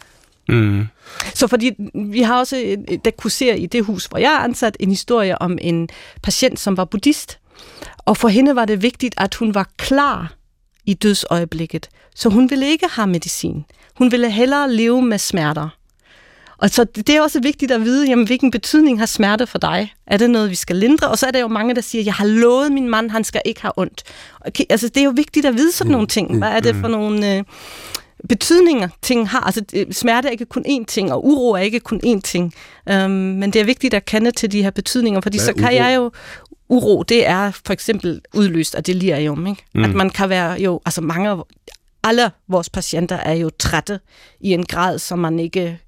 Så fordi vi har også, der kurserer i det hus, hvor jeg er ansat, en historie om en patient, som var buddhist. Og for hende var det vigtigt, at hun var klar i dødsøjeblikket. Så hun ville ikke have medicin. Hun ville hellere leve med smerter. Og så det er også vigtigt at vide, jamen, hvilken betydning har smerte for dig? Er det noget, vi skal lindre? Og så er der jo mange, der siger, jeg har lovet min mand, han skal ikke have ondt. Okay, altså, det er jo vigtigt at vide sådan nogle ting. Hvad er det for nogle betydninger, ting har? Altså, smerte er ikke kun én ting, og uro er ikke kun én ting. Men det er vigtigt at kende til de her betydninger, fordi så kan jeg jo... Uro, det er for eksempel udløst af delirium, ikke? At man kan være jo... Altså, alle vores patienter er jo trætte i en grad, som man ikke...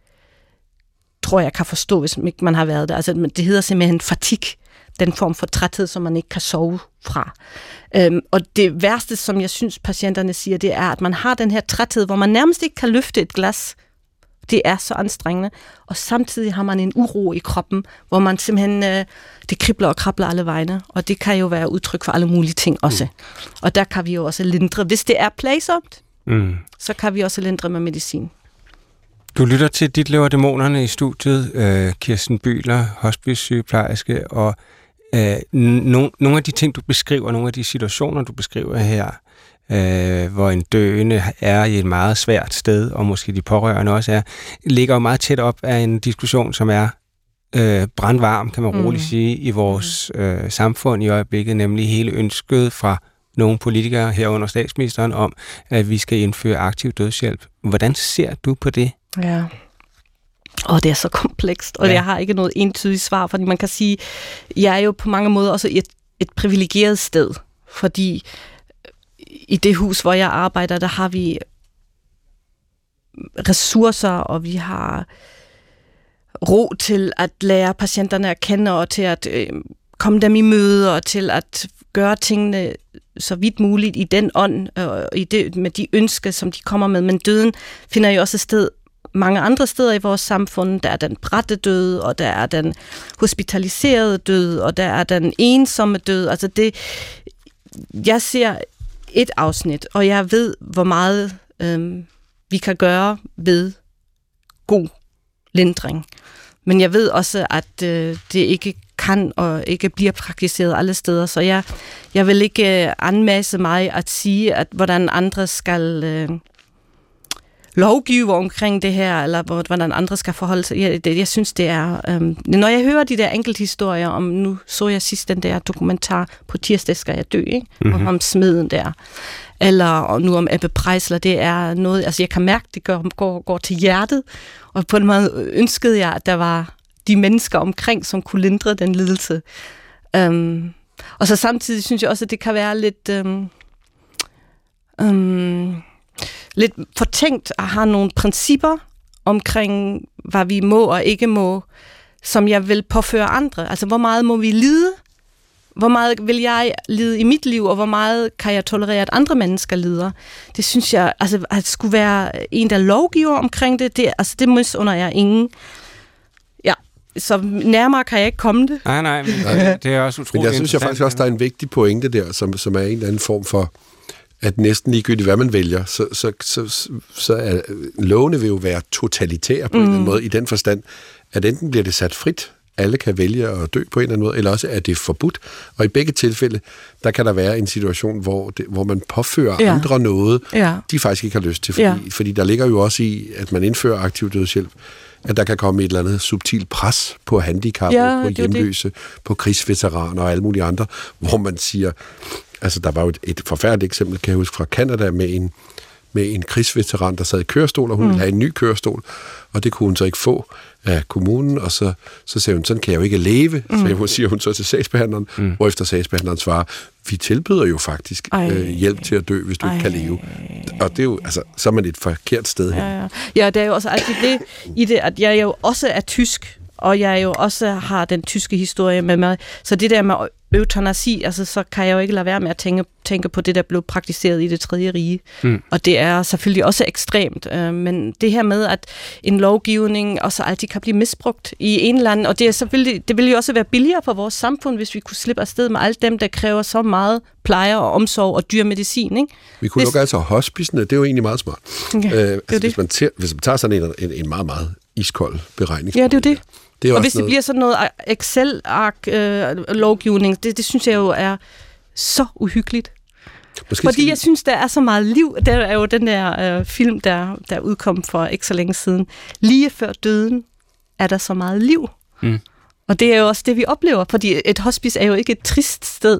tror jeg kan forstå, hvis ikke man har været der. Altså, det hedder simpelthen fatigue, den form for træthed, som man ikke kan sove fra. Og det værste, som jeg synes, patienterne siger, det er, at man har den her træthed, hvor man nærmest ikke kan løfte et glas. Det er så anstrengende. Og samtidig har man en uro i kroppen, hvor man simpelthen, det kribler og krabler alle vegne. Og det kan jo være udtryk for alle mulige ting også. Og der kan vi jo også lindre. Hvis det er plagsomt, så kan vi også lindre med medicin. Du lytter til Dit Liv og Dæmonerne i studiet, Kirsten Bühler, hospice-sygeplejerske, og nogle af de ting, du beskriver, nogle af de situationer, du beskriver her, hvor en døende er i et meget svært sted, og måske de pårørende også er, ligger jo meget tæt op af en diskussion, som er brandvarm, kan man roligt sige, i vores samfund i øjeblikket, nemlig hele ønsket fra nogle politikere herunder statsministeren om, at vi skal indføre aktiv dødshjælp. Hvordan ser du på det? Ja. Det er så komplekst, og jeg har ikke noget entydigt svar, fordi man kan sige, jeg er jo på mange måder også et privilegeret sted, fordi i det hus, hvor jeg arbejder, der har vi ressourcer, og vi har ro til at lære patienterne at kende, og til at komme dem i møde, og til at gøre tingene så vidt muligt i den ånd, og med de ønsker, som de kommer med. Men døden finder jo også sted mange andre steder i vores samfund. Der er den bratte død, og der er den hospitaliserede død, og der er den ensomme død. Altså jeg ser et afsnit, og jeg ved, hvor meget vi kan gøre ved god lindring. Men jeg ved også, at det ikke kan og ikke bliver praktiseret alle steder, så jeg vil ikke anmasse mig at sige, at hvordan andre skal lovgive omkring det her, eller hvordan andre skal forholde sig. Jeg synes, det er... når jeg hører de der enkelte historier om, nu så jeg sidst den der dokumentar På tirsdag skal jeg dø, ikke? Mm-hmm. Om smeden der. Eller nu om Ebbe Preisler, det er noget... Altså, jeg kan mærke, det går til hjertet, og på en måde ønskede jeg, at der var de mennesker omkring, som kunne lindre den lidelse. Og så samtidig synes jeg også, at det kan være lidt fortænkt at have nogle principper omkring, hvad vi må og ikke må, som jeg vil påføre andre. Altså, hvor meget må vi lide? Hvor meget vil jeg lide i mit liv, og hvor meget kan jeg tolerere, at andre mennesker lider? Det synes jeg, altså, at skulle være en, der lovgiver omkring det misunder jeg ingen. Ja, så nærmere kan jeg ikke komme det. Nej, det er også utroligt. Men jeg synes faktisk også, der er en vigtig pointe der, som er en eller anden form for, at næsten ligegyldigt, hvad man vælger, så er lovene vil jo være totalitære på en eller anden måde, i den forstand, at enten bliver det sat frit, alle kan vælge at dø på en eller anden måde, eller også er det forbudt. Og i begge tilfælde, der kan der være en situation, hvor man påfører andre noget, de faktisk ikke har lyst til. Fordi der ligger jo også i, at man indfører aktiv dødshjælp, at der kan komme et eller andet subtilt pres på handicappede, på hjemløse, på krigsveteraner og alle mulige andre, hvor man siger... Altså, der var jo et forfærdeligt eksempel, kan jeg huske, fra Canada med en krigsveteran, der sad i kørestol, og hun ville have en ny kørestol, og det kunne hun så ikke få af kommunen, og så sagde hun, sådan kan jeg jo ikke leve, siger hun så til sagsbehandleren, hvorefter sagsbehandleren svarer, vi tilbyder jo faktisk hjælp til at dø, hvis du ikke kan leve. Og det er jo, altså, så er man et forkert sted hen. Ja, det er jo også altid det i det, at jeg jo også er tysk, og jeg jo også har den tyske historie med mig, så det der med eutanasi, altså så kan jeg jo ikke lade være med at tænke på det, der blev praktiseret i det tredje rige. Og det er selvfølgelig også ekstremt, men det her med, at en lovgivning også altid kan blive misbrugt i en eller anden, og det er selvfølgelig, det ville jo også være billigere for vores samfund, hvis vi kunne slippe afsted med alt dem, der kræver så meget pleje og omsorg og dyr medicin, ikke? Vi kunne lukke altså hospicene, det er jo egentlig meget smart. Hvis man tager sådan en meget, meget iskold beregning. Ja, det er jo det. Og hvis det bliver sådan noget Excel-ark-lovgivning, det synes jeg jo er så uhyggeligt. Fordi jeg synes, der er så meget liv. Der er jo den der film, der udkom for ikke så længe siden. Lige før døden er der så meget liv. Og det er jo også det, vi oplever. Fordi et hospice er jo ikke et trist sted.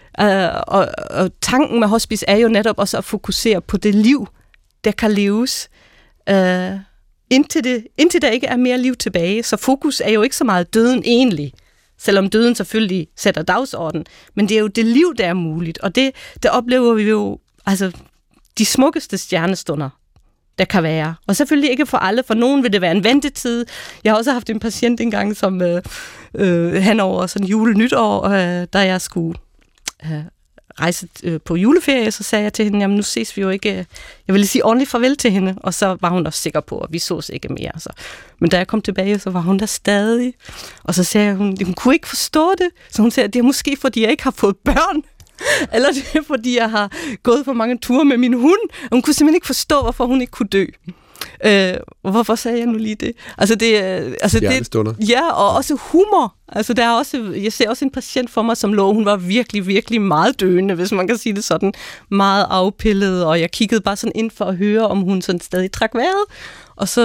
Og tanken med hospice er jo netop også at fokusere på det liv, der kan leves. Indtil der ikke er mere liv tilbage. Så fokus er jo ikke så meget døden egentlig, selvom døden selvfølgelig sætter dagsorden, men det er jo det liv, der er muligt, og det oplever vi jo, altså de smukkeste stjernestunder, der kan være. Og selvfølgelig ikke for alle, for nogen vil det være en ventetid. Jeg har også haft en patient engang, som hen over sådan jule-nytår, da jeg skulle rejse på juleferie, så sagde jeg til hende, jamen nu ses vi jo ikke, jeg ville sige ordentligt farvel til hende, og så var hun også sikker på, at vi sås ikke mere. Så. Men da jeg kom tilbage, så var hun der stadig, og så sagde hun kunne ikke forstå det, så hun sagde, det er måske fordi jeg ikke har fået børn, eller det er fordi jeg har gået for mange ture med min hund, og hun kunne simpelthen ikke forstå, hvorfor hun ikke kunne dø. Hvorfor sagde jeg nu lige det? Altså det, ja, og også humor. Altså der er også, jeg ser også en patient for mig, som lå, hun var virkelig, virkelig meget døende, hvis man kan sige det sådan, meget afpillet, og jeg kiggede bare sådan ind for at høre, om hun sådan stadig trak vejret, og så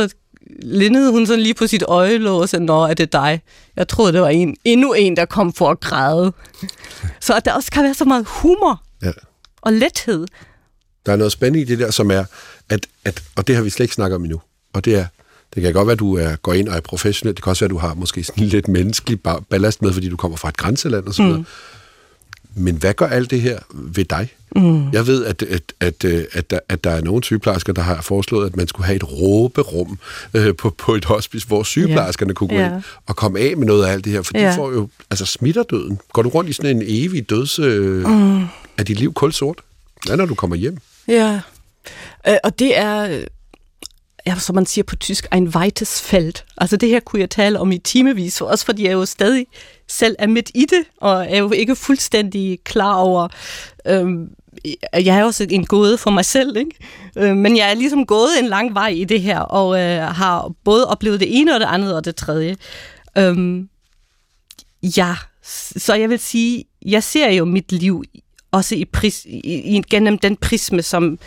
lindede hun sådan lige på sit øjelåg og sagde, nå, er det dig? Jeg troede, det var endnu en, der kom for at græde. Så at der også kan være så meget humor og lethed. Der er noget spændende i det der, som er, at og det har vi slet ikke snakket om endnu, og det kan godt være, at du går ind og er professionel, det kan også være, at du har måske sådan lidt menneskelig ballast med, fordi du kommer fra et grænseland og sådan noget. Men hvad gør alt det her ved dig? Jeg ved, at der er nogle sygeplejersker, der har foreslået, at man skulle have et råberum på et hospice, hvor sygeplejerskerne kunne gå ind og komme af med noget af alt det her, for de får jo smitter døden. Går du rundt i sådan en evig døds... Er dit liv kulsort? Hvad når du kommer hjem? Ja, og det er... som man siger på tysk, ein weites Feld. Altså det her kunne jeg tale om i timevis, også fordi jeg jo stadig selv er midt i det, og er jo ikke fuldstændig klar over... jeg er også en gåde for mig selv, ikke? Men jeg er ligesom gået en lang vej i det her, og har både oplevet det ene og det andet og det tredje. Så jeg vil sige, jeg ser jo mit liv også gennem den prisme,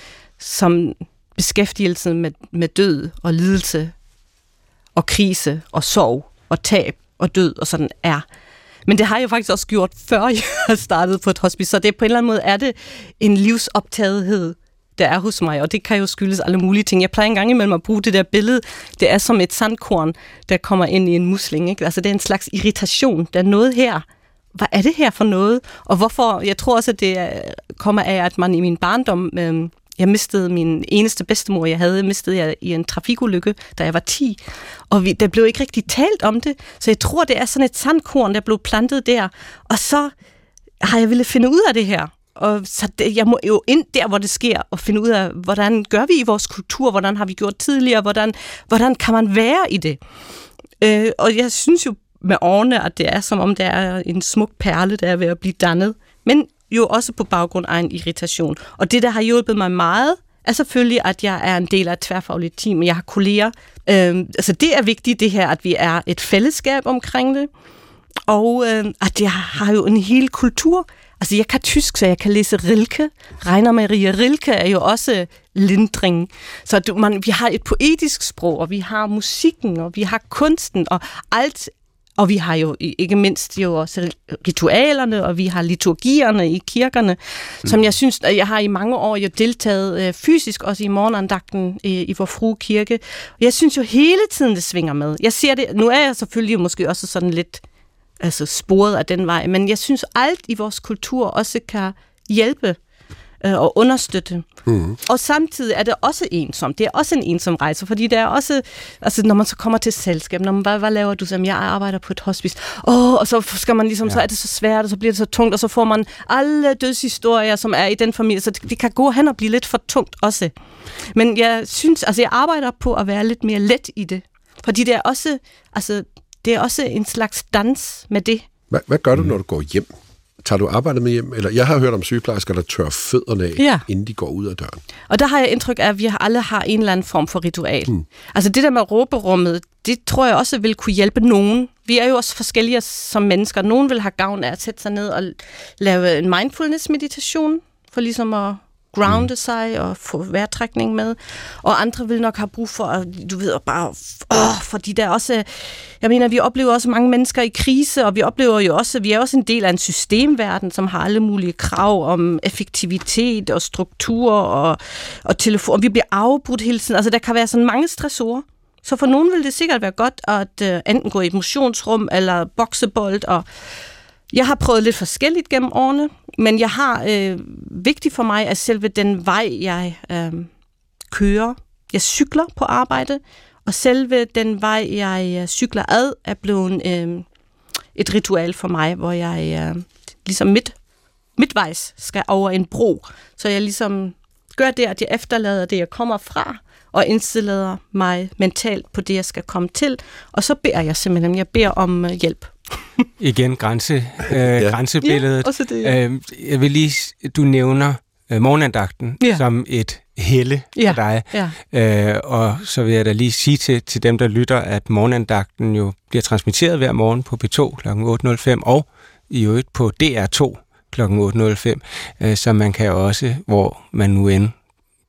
som beskæftigelsen med død og lidelse og krise og sorg og tab og død og sådan er. Men det har jeg faktisk også gjort, før jeg har startet på et hospice, så det på en eller anden måde er det en livsoptagethed, der er hos mig, og det kan jo skyldes alle mulige ting. Jeg plejer en gang imellem at bruge det der billede, det er som et sandkorn, der kommer ind i en musling, ikke? Altså det er en slags irritation, der er noget her. Hvad er det her for noget? Og hvorfor? Jeg tror også, at det kommer af, at man i min barndom... Jeg mistede min eneste bedstemor, mistede jeg i en trafikulykke, da jeg var 10. Og der blev ikke rigtig talt om det. Så jeg tror, det er sådan et sandkorn, der blev plantet der. Og så har jeg ville finde ud af det her. Og så jeg må jo ind der, hvor det sker, og finde ud af, hvordan gør vi i vores kultur, hvordan har vi gjort tidligere, hvordan kan man være i det. Og jeg synes jo med årene, at det er som om, der er en smuk perle, der er ved at blive dannet. Men jo også på baggrund af en irritation. Og det, der har hjulpet mig meget, er selvfølgelig, at jeg er en del af et tværfagligt team, og jeg har kolleger. Altså det er vigtigt, det her, at vi er et fællesskab omkring det, og at jeg har jo en hel kultur. Altså jeg kan tysk, så jeg kan læse Rilke. Rainer Maria Rilke er jo også lindring. Så vi har et poetisk sprog, og vi har musikken, og vi har kunsten, og alt. Og vi har jo ikke mindst jo også ritualerne, og vi har liturgierne i kirkerne, som jeg synes, at jeg har i mange år jo deltaget fysisk, også i morgenandagten i Vor Frue Kirke. Jeg synes jo hele tiden, det svinger med. Jeg ser det, nu er jeg selvfølgelig måske også sådan lidt sporet af den vej, men jeg synes alt i vores kultur også kan hjælpe og understøtte. Og samtidig er det også ensomt. Det er også en ensom rejse, fordi det er også, altså når man så kommer til selskab, hvad laver du? Som jeg arbejder på et hospice. Og så skal man ligesom, så er det så svært, og så bliver det så tungt, og så får man alle dødshistorier, som er i den familie, så det kan gå hen og blive lidt for tungt også. Men jeg synes, jeg arbejder på at være lidt mere let i det, fordi det er også en slags dans med det. Hvad gør du, når du går hjem? Tager du arbejdet med hjem? Eller jeg har hørt om sygeplejersker, der tørrer fødderne af, inden de går ud af døren. Og der har jeg indtryk af, at vi alle har en eller anden form for ritual. Altså det der med råberummet, det tror jeg også vil kunne hjælpe nogen. Vi er jo også forskellige som mennesker. Nogen vil have gavn af at sætte sig ned og lave en mindfulness-meditation, for ligesom at grounde sig og få vejrtrækning med. Og andre vil nok have brug for, fordi der også, jeg mener, vi oplever også mange mennesker i krise, og vi oplever jo også, vi er også en del af en systemverden, som har alle mulige krav om effektivitet og struktur og telefon. Og vi bliver afbrudt hele tiden. Altså der kan være sådan mange stressorer. Så for nogen vil det sikkert være godt at enten gå i et motionsrum eller boksebold. Og jeg har prøvet lidt forskelligt gennem årene, men jeg har vigtigt for mig, at selve den vej, jeg kører, jeg cykler på arbejde, og selve den vej, jeg cykler ad, er blevet et ritual for mig, hvor jeg ligesom midtvejs skal over en bro. Så jeg ligesom gør det, at jeg efterlader det, jeg kommer fra, og indstiller mig mentalt på det, jeg skal komme til. Og så beder jeg simpelthen, jeg beder om hjælp. Igen grænsebilledet. Ja, det, jeg vil lige, du nævner morgenandagten som et helle for dig. Ja. Og så vil jeg da lige sige til dem, der lytter, at morgenandagten jo bliver transmitteret hver morgen på P2 kl. 8.05 og i øvrigt på DR2 kl. 8.05. Så man kan også, hvor man nu end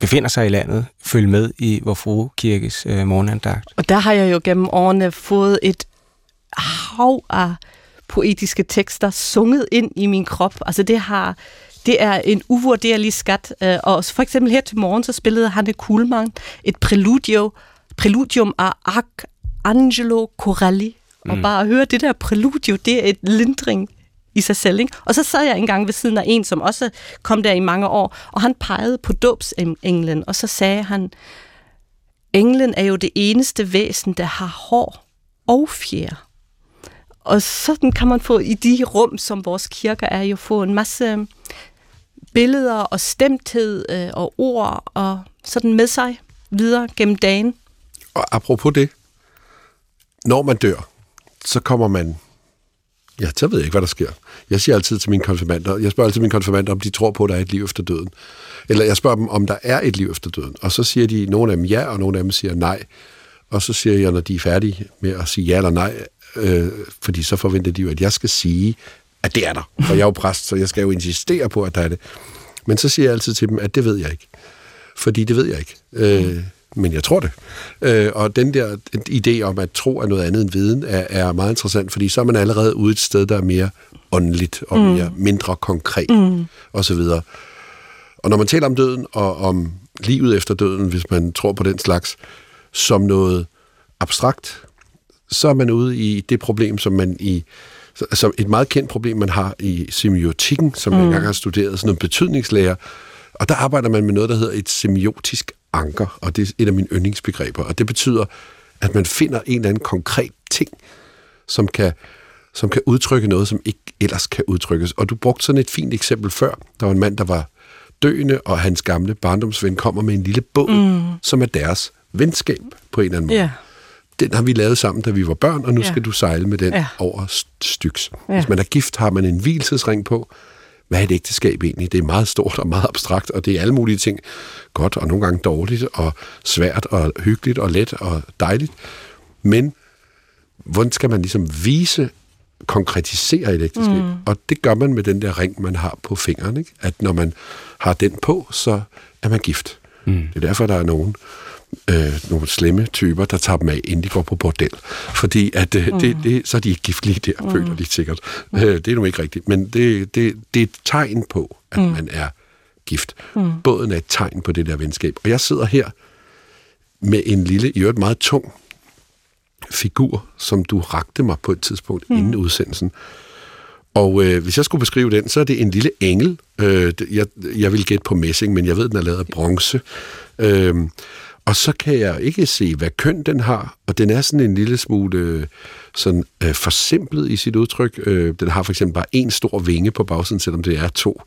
befinder sig i landet, følge med i Vor Frue Kirkes morgenandagt. Og der har jeg jo gennem årene fået et hav af poetiske tekster sunget ind i min krop. Altså det er en uvurderlig skat. Og for eksempel her til morgen, så spillede Hanne Kuhlmann et præludium af Angelo Corelli. Og bare at høre det der præludium, det er et lindring i sig selv. Ikke? Og så sad jeg engang ved siden af en, som også kom der i mange år, og han pegede på dåbsenglen, og så sagde han, englen er jo det eneste væsen, der har hår og fjer. Og sådan kan man få i de rum, som vores kirker er, jo få en masse billeder og stemthed og ord og sådan med sig videre gennem dagen. Og apropos det, når man dør, så kommer man... Ja, så ved jeg ikke, hvad der sker. Jeg siger altid til mine konfirmander, om de tror på, at der er et liv efter døden. Eller jeg spørger dem, om der er et liv efter døden. Og så siger de, nogle af dem ja, og nogle af dem siger nej. Og så siger jeg, når de er færdige med at sige ja eller nej, fordi så forventer de jo, at jeg skal sige, at det er der. For jeg er jo præst, så jeg skal jo insistere på, at der er det. Men så siger jeg altid til dem, at det ved jeg ikke. Fordi det ved jeg ikke. Men jeg tror det. Og den der idé om, at tro er noget andet end viden, er meget interessant, fordi så er man allerede ude et sted, der er mere åndeligt og mindre konkret og så videre. Og når man taler om døden og om livet efter døden, hvis man tror på den slags, som noget abstrakt, så er man ude i det problem, som et meget kendt problem, man har i semiotikken, som jeg engang har studeret, sådan noget betydningslære. Og der arbejder man med noget, der hedder et semiotisk anker, og det er et af mine yndlingsbegreber. Og det betyder, at man finder en eller anden konkret ting, som kan udtrykke noget, som ikke ellers kan udtrykkes. Og du brugte sådan et fint eksempel før. Der var en mand, der var døende, og hans gamle barndomsven kommer med en lille båd, som er deres venskab på en eller anden måde. Yeah. Den har vi lavet sammen, da vi var børn, og nu skal du sejle med den over Styx. Hvis man er gift, har man en vielsesring på. Hvad er et ægteskab egentlig? Det er meget stort og meget abstrakt, og det er alle mulige ting. Godt og nogle gange dårligt, og svært og hyggeligt og let og dejligt. Men hvordan skal man ligesom konkretisere et ægteskab? Og det gør man med den der ring, man har på fingeren. Ikke? At når man har den på, så er man gift. Det er derfor, der er nogle slemme typer, der tager dem af, inden de går på bordel. Fordi at, så er de ikke gift lige der, føler de sikkert. Det er nu ikke rigtigt, men det er et tegn på, at man er gift. Båden er et tegn på det der venskab. Og jeg sidder her med en lille, i øvrigt meget tung figur, som du rakte mig på et tidspunkt inden udsendelsen. Og hvis jeg skulle beskrive den, så er det en lille engel. Jeg vil gætte på messing, men jeg ved, den er lavet af bronze. Og så kan jeg ikke se, hvad køn den har, og den er sådan en lille smule forsimplet i sit udtryk. Den har for eksempel bare en stor vinge på bagsiden, selvom det er 2.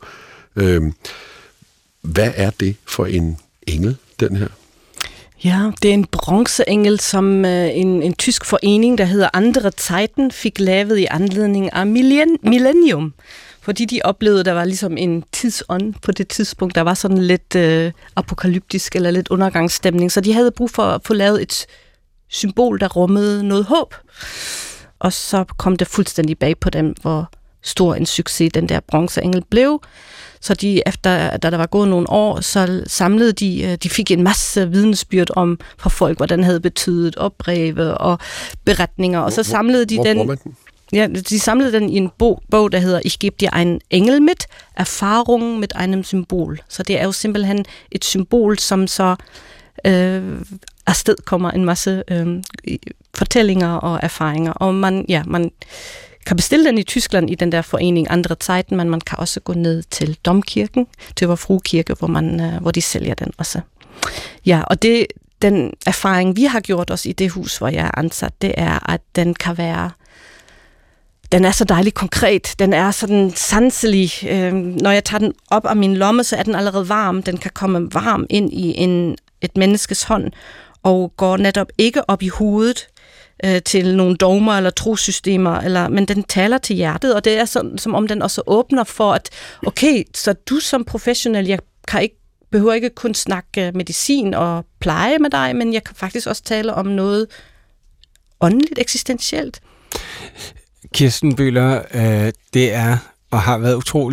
Hvad er det for en engel, den her? Ja, det er en bronzeengel, som en tysk forening, der hedder Andere Zeiten, fik lavet i anledning af millennium. Fordi de oplevede, der var ligesom en tidsånd på det tidspunkt, der var sådan lidt apokalyptisk eller lidt undergangsstemning. Så de havde brug for at få lavet et symbol, der rummede noget håb. Og så kom det fuldstændig bag på dem, hvor stor en succes den der bronzeengel blev. Så da der var gået nogle år, så samlede de fik en masse vidnesbyrd om fra folk, hvordan havde betydet, og breve og beretninger. Og så samlede de den... Ja, de samlede den i en bog, der hedder Ich gebe dir einen Engel mit, Erfahrungen mit einem Symbol. Så det er jo simpelthen et symbol, som så afsted kommer en masse fortællinger og erfaringer. Og man kan bestille den i Tyskland i den der forening Andere Zeiten, men man kan også gå ned til Domkirken, til Vor Frue Kirke, hvor de sælger den også. Ja, og den erfaring, vi har gjort os i det hus, hvor jeg er ansat, det er, at den kan være... Den er så dejligt konkret. Den er sådan sanselig. Når jeg tager den op af min lomme, så er den allerede varm. Den kan komme varm ind i et menneskes hånd, og går netop ikke op i hovedet til nogle dogmer eller trosystemer, men den taler til hjertet, og det er sådan, som om den også åbner for, at okay, så du som professionel, jeg behøver ikke kun snakke medicin og pleje med dig, men jeg kan faktisk også tale om noget åndeligt, eksistentielt. Kirsten Bøhler, det er og har været utrolig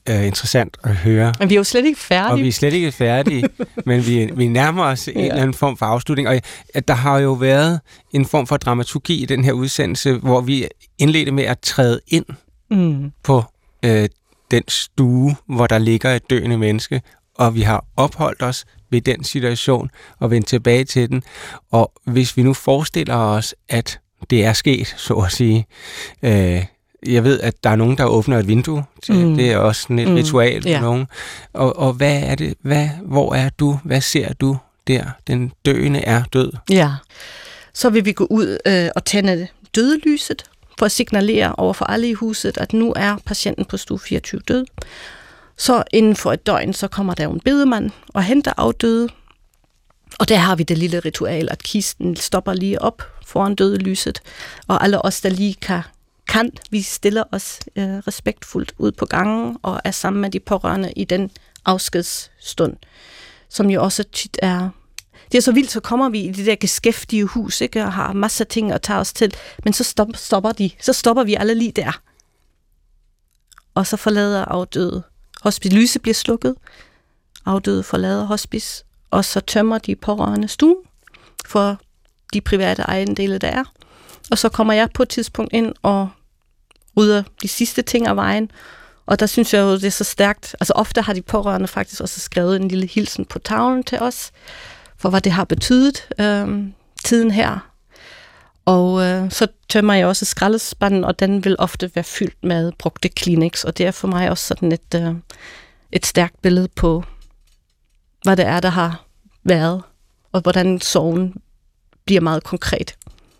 interessant at høre. Men vi er jo slet ikke færdige. Og vi er slet ikke færdige, men vi nærmer os en eller anden form for afslutning. Og der har jo været en form for dramaturgi i den her udsendelse, hvor vi indledte med at træde ind på den stue, hvor der ligger et døende menneske, og vi har opholdt os ved den situation og vendt tilbage til den. Og hvis vi nu forestiller os, at det er sket, så at sige. Jeg ved, at der er nogen, der åbner et vindue. Det er også sådan et ritual for nogen. Og hvad er det? Hvor er du? Hvad ser du der? Den døende er død. Ja, så vil vi gå ud og tænde dødelyset for at signalere over for alle i huset, at nu er patienten på stue 24 død. Så inden for et døgn, så kommer der en bedemand og henter afdøde. Og der har vi det lille ritual, at kisten stopper lige op foran dødelyset, og alle os, der lige kan vi stiller os respektfuldt ud på gangen og er sammen med de pårørende i den afskedsstund, som jo også tit er... Det er så vildt, så kommer vi i det der geskæftige hus, ikke, og har masser af ting at tage os til, men så stopper vi alle lige der. Og så forlader afdøde hospice. Lyset bliver slukket, afdøde forlader hospice, og så tømmer de pårørende stuen for de private ejendele, der er. Og så kommer jeg på et tidspunkt ind og rydder de sidste ting af vejen. Og der synes jeg jo, det er så stærkt. Altså ofte har de pårørende faktisk også skrevet en lille hilsen på tavlen til os, for hvad det har betydet tiden her. Og så tømmer jeg også skraldespanden, og den vil ofte være fyldt med brugte Kleenex. Og det er for mig også sådan et stærkt billede på, hvad det er, der har været, og hvordan sorgen bliver meget konkret.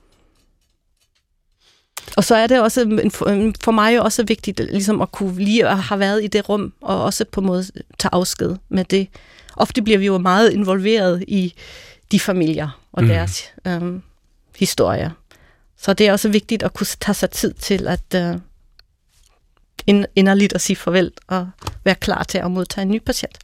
Og så er det også for mig også vigtigt ligesom at kunne lige at have været i det rum, og også på en måde tage afsked med det. Ofte bliver vi jo meget involveret i de familier og deres historier. Så det er også vigtigt at kunne tage sig tid til at inderligt at sige farvel og være klar til at modtage en ny patient.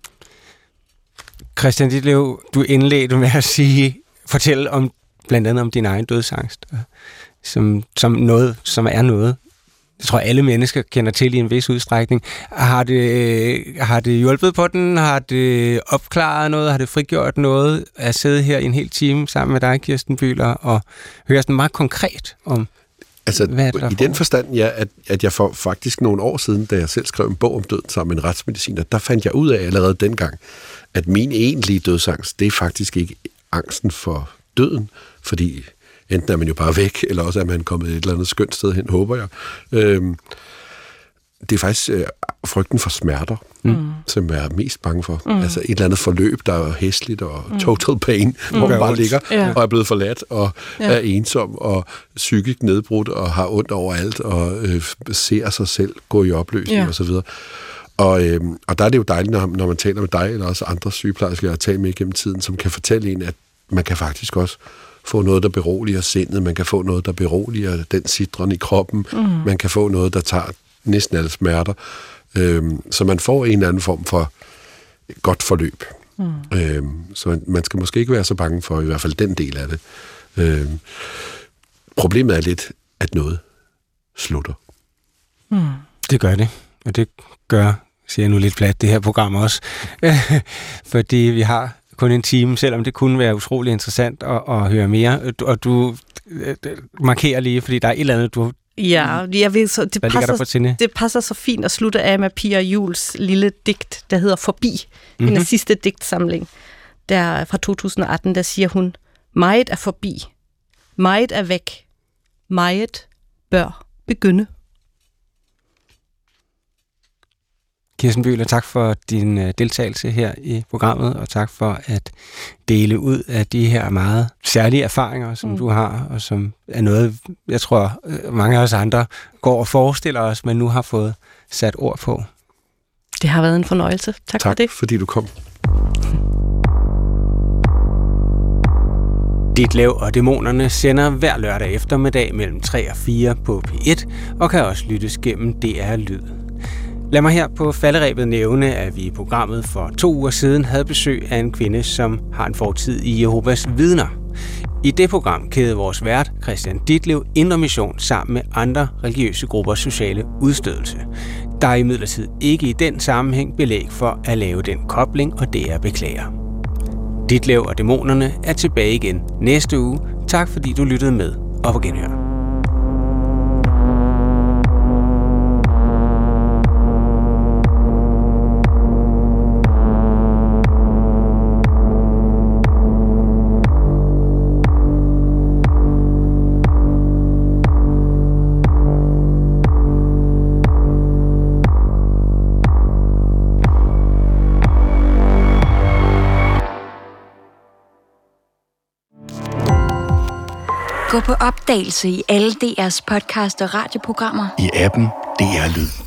Christian Ditlev, du indledte med at fortælle om blandt andet om din egen dødsangst, som noget, som er noget, jeg tror alle mennesker kender til i en vis udstrækning. Har det hjulpet på den? Har det opklaret noget? Har det frigjort noget at sidde her i en hel time sammen med dig, Kirsten Bühler, og høre sådan meget konkret om, hvad der i den forstand, ja, at jeg for faktisk nogle år siden, da jeg selv skrev en bog om døden sammen med en retsmediciner, der fandt jeg ud af allerede dengang, at min egentlige dødsangst, det er faktisk ikke angsten for døden, fordi enten er man jo bare væk, eller også er man kommet et eller andet skønt sted hen, håber jeg. Det er faktisk frygten for smerter, som jeg er mest bange for. Altså et eller andet forløb, der er hæsligt og total pain, hvor man bare ligger og er blevet forladt og er ensom og psykisk nedbrudt og har ondt overalt og ser sig selv gå i opløsning og så videre. Og der er det jo dejligt, når man taler med dig eller også andre sygeplejersker, jeg har talt med igennem tiden, som kan fortælle en, at man kan faktisk også få noget, der beroliger sindet, man kan få noget, der beroliger den sidren i kroppen, man kan få noget, der tager næsten alle smerter, så man får en eller anden form for godt forløb. Så man skal måske ikke være så bange for i hvert fald den del af det. Problemet er lidt, at noget slutter. Det gør det, og det gør, siger jeg nu lidt fladt, det her program også, fordi vi har kun en time, selvom det kunne være utrolig interessant at høre mere. Og du markerer lige, fordi der er et eller andet, du... Ja, jeg ved, så det passer så fint at slutte af med Pia Juhls lille digt, der hedder Forbi, den sidste digtsamling. Der fra 2018, der siger hun, meget er forbi, meget er væk, meget bør begynde. Kirsten Bühler, tak for din deltagelse her i programmet, og tak for at dele ud af de her meget særlige erfaringer, som du har, og som er noget, jeg tror, mange af os andre går og forestiller os, men nu har fået sat ord på. Det har været en fornøjelse. Tak for det. Tak, fordi du kom. Ditlev og Dæmonerne sender hver lørdag eftermiddag mellem 3 og 4 på P1, og kan også lyttes gennem DR Lyd. Lad mig her på falderebet nævne, at vi i programmet for 2 uger siden havde besøg af en kvinde, som har en fortid i Jehovas Vidner. I det program kædede vores vært, Christian Ditlev, Indre Mission sammen med andre religiøse gruppers sociale udstødelse. Der er imidlertid ikke i den sammenhæng belæg for at lave den kobling, og det er beklager. Ditlev og Dæmonerne er tilbage igen næste uge. Tak fordi du lyttede med, og på genhør. Gå på opdagelse i alle DR's podcast og radioprogrammer. I appen DR Lyd.